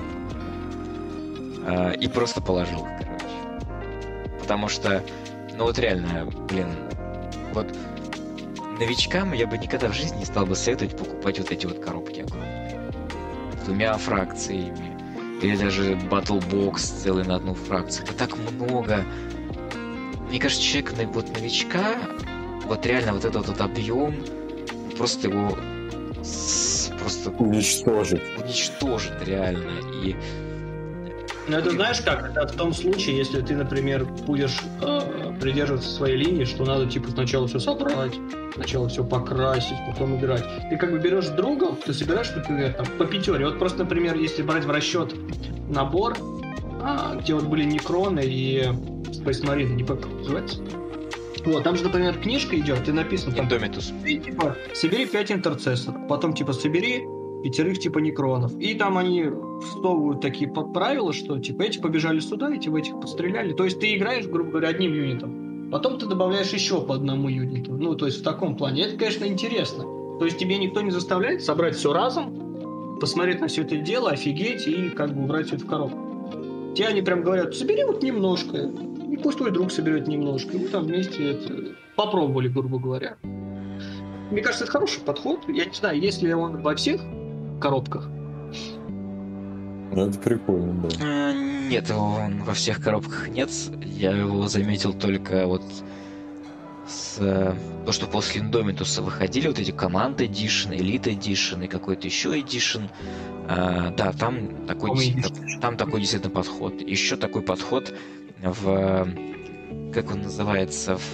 А, и просто положил, короче. Потому что, ну вот реально, блин, вот новичкам я бы никогда в жизни не стал бы советовать покупать вот эти вот коробки огромные. С двумя фракциями. Или даже Battle Box целый на одну фракцию. Это так много. Мне кажется, человек, вот новичка, вот реально вот этот вот объем, просто его с, просто уничтожит. Уничтожит реально. И ну, это знаешь как? Это в том случае, если ты, например, будешь э, придерживаться своей линии, что надо, типа, сначала все собрать, сначала все покрасить, потом играть. Ты как бы берешь другом, ты собираешь, например, там, по пятере. Вот просто, например, если брать в расчет набор, а, где вот были Некроны и Space Marine, не помню, как называется. Вот, там же, например, книжка идет, и написано там... Индомитус. И, типа, собери пять интерцессоров, потом, типа, собери пятерых типа некронов. И там они всовывают такие правила, что типа эти побежали сюда, эти в этих подстреляли. То есть ты играешь, грубо говоря, одним юнитом. Потом ты добавляешь еще по одному юниту. Ну, то есть в таком плане. Это, конечно, интересно. То есть тебе никто не заставляет собрать все разом, посмотреть на все это дело, офигеть и как бы убрать все это в коробку. Тебе они прям говорят, собери вот немножко, и пусть твой друг соберет немножко. И мы там вместе это попробовали, грубо говоря. Мне кажется, это хороший подход. Я не знаю, если он во всех коробках. Ну, это прикольно, да. Нет, его во всех коробках нет. Я его заметил только вот с то, что после Индомитуса выходили вот эти команды Edition, Elite Edition и какой-то еще Edition. А, да, там такой, действительно, там такой действительно подход. Еще такой подход в... Как он называется? В,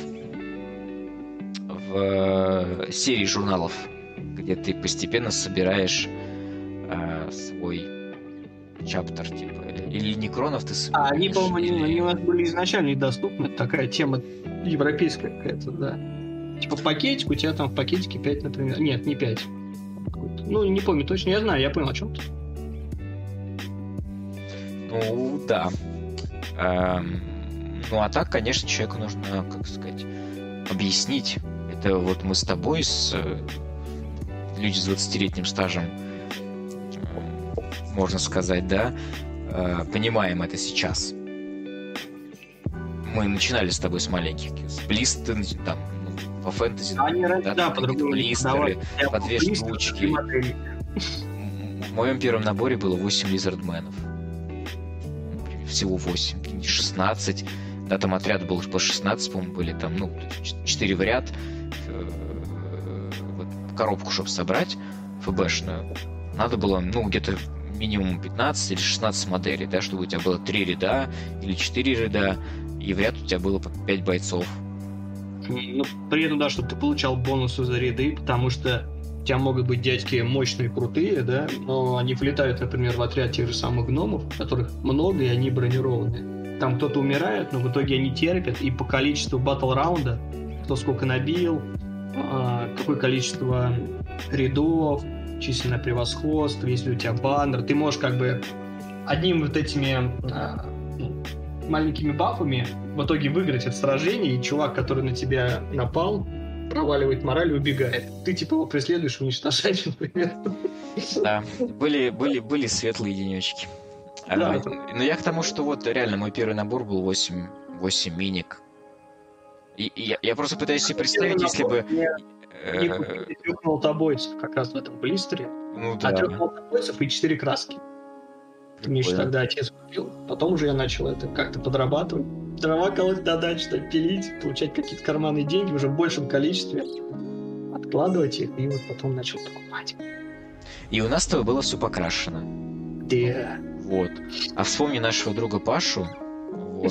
в серии журналов, где ты постепенно собираешь а, свой чаптер, типа, или некронов ты собираешь. А они, по-моему, или... они у нас были изначально недоступны. Такая тема европейская какая-то, да. Типа в пакетике, у тебя там в пакетике пять, например. Нет, не пять. Ну, не помню точно, я знаю, я понял, о чем ты. Ну, да. Эм, ну, а так, конечно, человеку нужно, как сказать, объяснить. Это вот мы с тобой, с люди с двадцатилетним стажем, можно сказать, да, понимаем это сейчас. Мы начинали с тобой с маленьких, с блисты, там, ну, по фэнтези, Они да, да, да, по-другому блистеры, по две штучки. В моем первом наборе было восемь лизардменов. Всего восемь, не шестнадцать. Да, там отряд был по шестнадцать, по-моему, были там, ну, четыре в ряд. Вот, коробку, чтобы собрать, ФБшную, надо было, ну, где-то минимум пятнадцать или шестнадцать моделей, да, чтобы у тебя было три ряда или четыре ряда, и в ряд у тебя было по пять бойцов. Ну, при этом, да, чтобы ты получал бонусы за ряды, потому что у тебя могут быть дядьки мощные, крутые, да, но они влетают, например, в отряд тех же самых гномов, которых много, и они бронированные. Там кто-то умирает, но в итоге они терпят, и по количеству батл-раунда, кто сколько набил, какое количество рядов, численное превосходство, если у тебя баннер, ты можешь как бы одним вот этими маленькими бафами в итоге выиграть это сражение, и чувак, который на тебя напал, проваливает мораль и убегает. Ты типа его преследуешь, уничтожаешь, например. Да, были, были, были светлые денечки. Да, а, это... Но я к тому, что вот реально мой первый набор был восемь, восемь миник. И, и я, я просто пытаюсь себе представить, если бы... Не купили трех молотобойцев как раз в этом блистере. Ну, да. А трех молотобойцев и четыре краски. Мне еще тогда отец купил. Потом уже я начал это как-то подрабатывать. Дрова колоть на даче, там, пилить, получать какие-то карманные деньги уже в большем количестве. Откладывать их, и вот потом начал покупать. И у нас с тобой было все покрашено. Да. Вот. А вспомни нашего друга Пашу. Вот.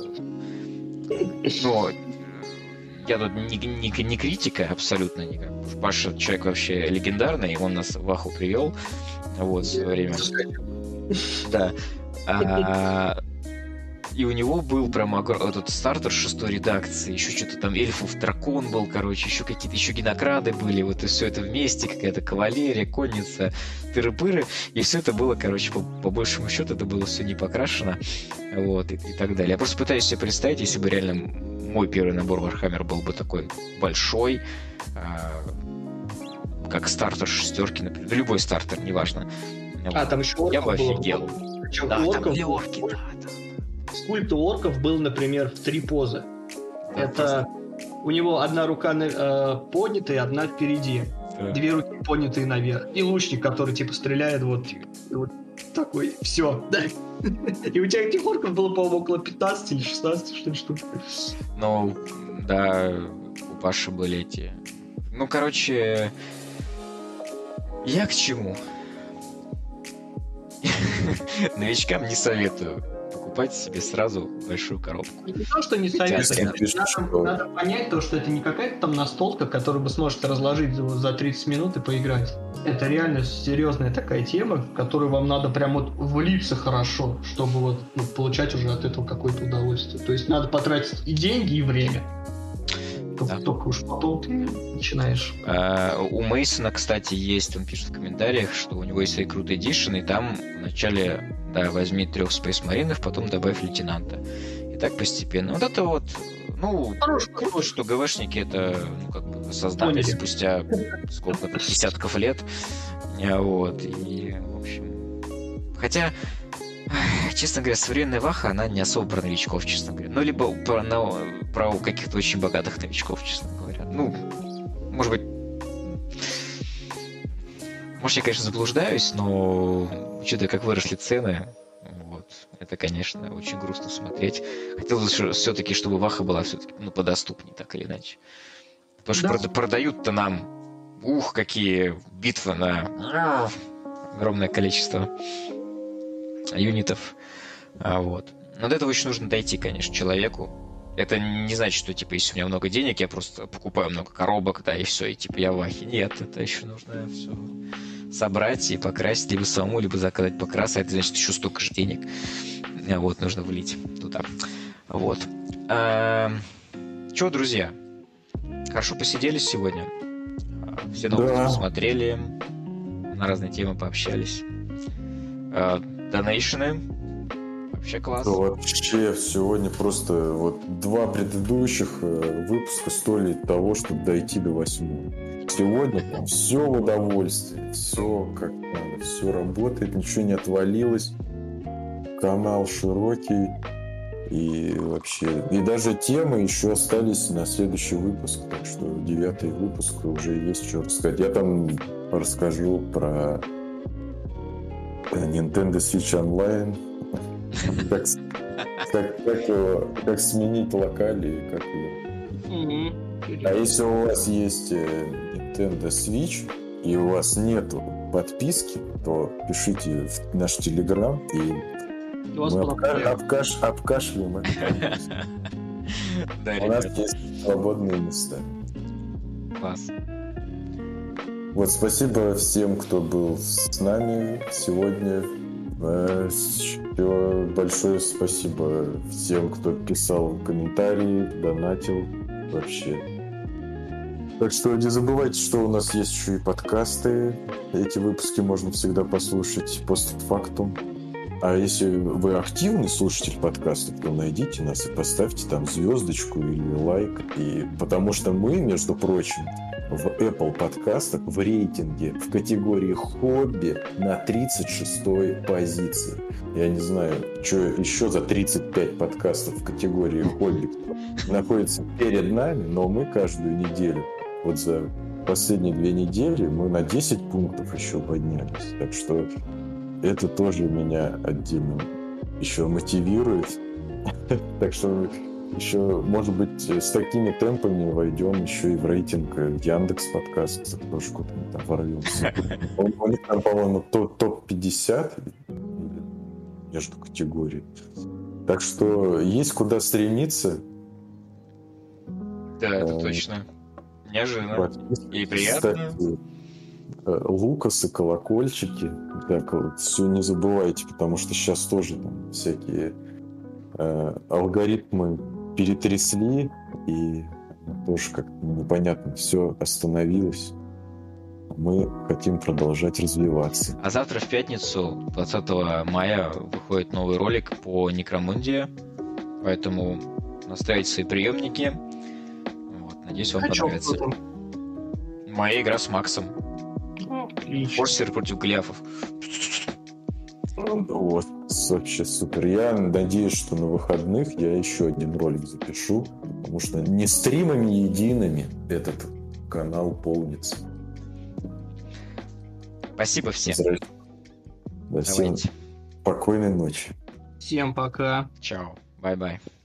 Но я тут не, не, не критика абсолютно никак. Паша человек вообще легендарный, он нас в Аху привел. Вот, в свое время. Да. А, и у него был прям этот стартер шестой редакции, еще что-то там эльфов дракон был, короче, еще какие-то еще генокрады были, вот и все это вместе, какая-то кавалерия, конница, тыры-пыры, и все это было, короче, по, по большему счету, это было все не покрашено, вот, и, и так далее. Я просто пытаюсь себе представить, если бы реально мой первый набор Warhammer был бы такой большой, а, как стартер шестерки, например, любой стартер, неважно. А, там еще орков я бы офигел. Было. Причем да, орков, там были орки, да, да. Скульпт у орков был, например, в три позы. Да, это просто... у него одна рука э, поднятая, одна впереди. Да. Две руки поднятые наверх. И лучник, который типа стреляет вот, вот такой. Все, да. И у тебя этих орков было, по-моему, около пятнадцати или шестнадцати, что ли, штук. Ну, да, у Паши были эти... Ну, короче, я к чему? Новичкам не советую покупать себе сразу большую коробку. Не то, что не советую. Надо, надо понять то, что это не какая-то там настолка, которую вы сможете разложить за, за тридцать минут и поиграть. Это реально серьезная такая тема, в которую вам надо прям вот влиться хорошо, чтобы вот ну, получать уже от этого какое-то удовольствие. То есть надо потратить и деньги, и время. Да. Только уж потом ты начинаешь. А, у Мейсона, кстати, есть, он пишет в комментариях, что у него есть Recruit Edition, и там вначале, да, возьми трех Space Marines, потом добавь лейтенанта. И так постепенно. Вот это вот, ну, круто, что ГВшники это, ну, как бы создали спустя сколько-то десятков лет. Вот, и, в общем... Хотя... Честно говоря, современная Ваха, она не особо про новичков, честно говоря. Ну, либо про, на, про каких-то очень богатых новичков, честно говоря. Ну, может быть... Может, я, конечно, заблуждаюсь, но учитывая, как выросли цены, вот, это, конечно, очень грустно смотреть. Хотелось бы все-таки, чтобы Ваха была все-таки ну, подоступнее, так или иначе. Потому что да. прода- продают-то нам, ух, какие битвы на огромное количество юнитов. А, вот. Но до этого еще нужно дойти, конечно, человеку. Это не значит, что, типа, если у меня много денег, я просто покупаю много коробок, да, и все, и, типа, я в ахе. Нет, это еще нужно все собрать и покрасить, либо самому, либо заказать покрас, а это значит еще столько же денег. Вот, нужно влить туда. Вот. А, че, друзья, хорошо посидели сегодня. Все новости да. посмотрели, на разные темы пообщались. Донейшены. Вообще класс. Да, вообще сегодня просто вот два предыдущих выпуска стоили того, чтобы дойти до восьмого. Сегодня там все в удовольствие, все как надо, все работает, ничего не отвалилось. Канал широкий. И вообще, и даже темы еще остались на следующий выпуск, так что девятый выпуск уже есть что рассказать. Я там расскажу про Nintendo Switch Online, как, как, как, как сменить локали и как ее. А если у вас есть Nintendo Switch и у вас нету подписки, то пишите в наш Telegram и мы обка- обкаш- обкашляем это. Да, У нас ребят, есть свободные места. класс. Вот, спасибо всем, кто был с нами сегодня. Э, Еще большое спасибо всем, кто писал комментарии, донатил вообще. Так что не забывайте, что у нас есть еще и подкасты. Эти выпуски можно всегда послушать постфактум. А если вы активный слушатель подкастов, то найдите нас и поставьте там звездочку или лайк. И потому что мы, между прочим, в Apple подкастах в рейтинге в категории хобби на тридцать шестой позиции. Я не знаю, что еще за тридцать пять подкастов в категории хобби находится перед нами, но мы каждую неделю, вот за последние две недели, мы на десять пунктов еще поднялись. Так что это тоже меня отдельно еще мотивирует. Так что еще, может быть, с такими темпами войдем еще и в рейтинг Яндекс подкастов, тоже куда-нибудь там ворвемся. У них там, по-моему, топ пятьдесят между категорий. Так что есть куда стремиться. Да, это точно. Неожиданно. И приятно. Кстати, лукасы, колокольчики. Так вот, все не забывайте, потому что сейчас тоже там всякие э, алгоритмы перетрясли, и тоже как-то непонятно, все остановилось. Мы хотим продолжать развиваться. А завтра в пятницу, двадцатого мая, выходит новый ролик по Некромундии, поэтому настраивайте свои приемники. Вот, надеюсь, вам А понравится. чё, Моя игра с Максом. Отлично. Форсер против Голиафов. Вот, вообще супер. Я надеюсь, что на выходных я еще один ролик запишу, потому что не стримами едиными этот канал полнится. Спасибо всем. Да, всем Давайте. спокойной ночи. Всем пока. Чао. Бай-бай.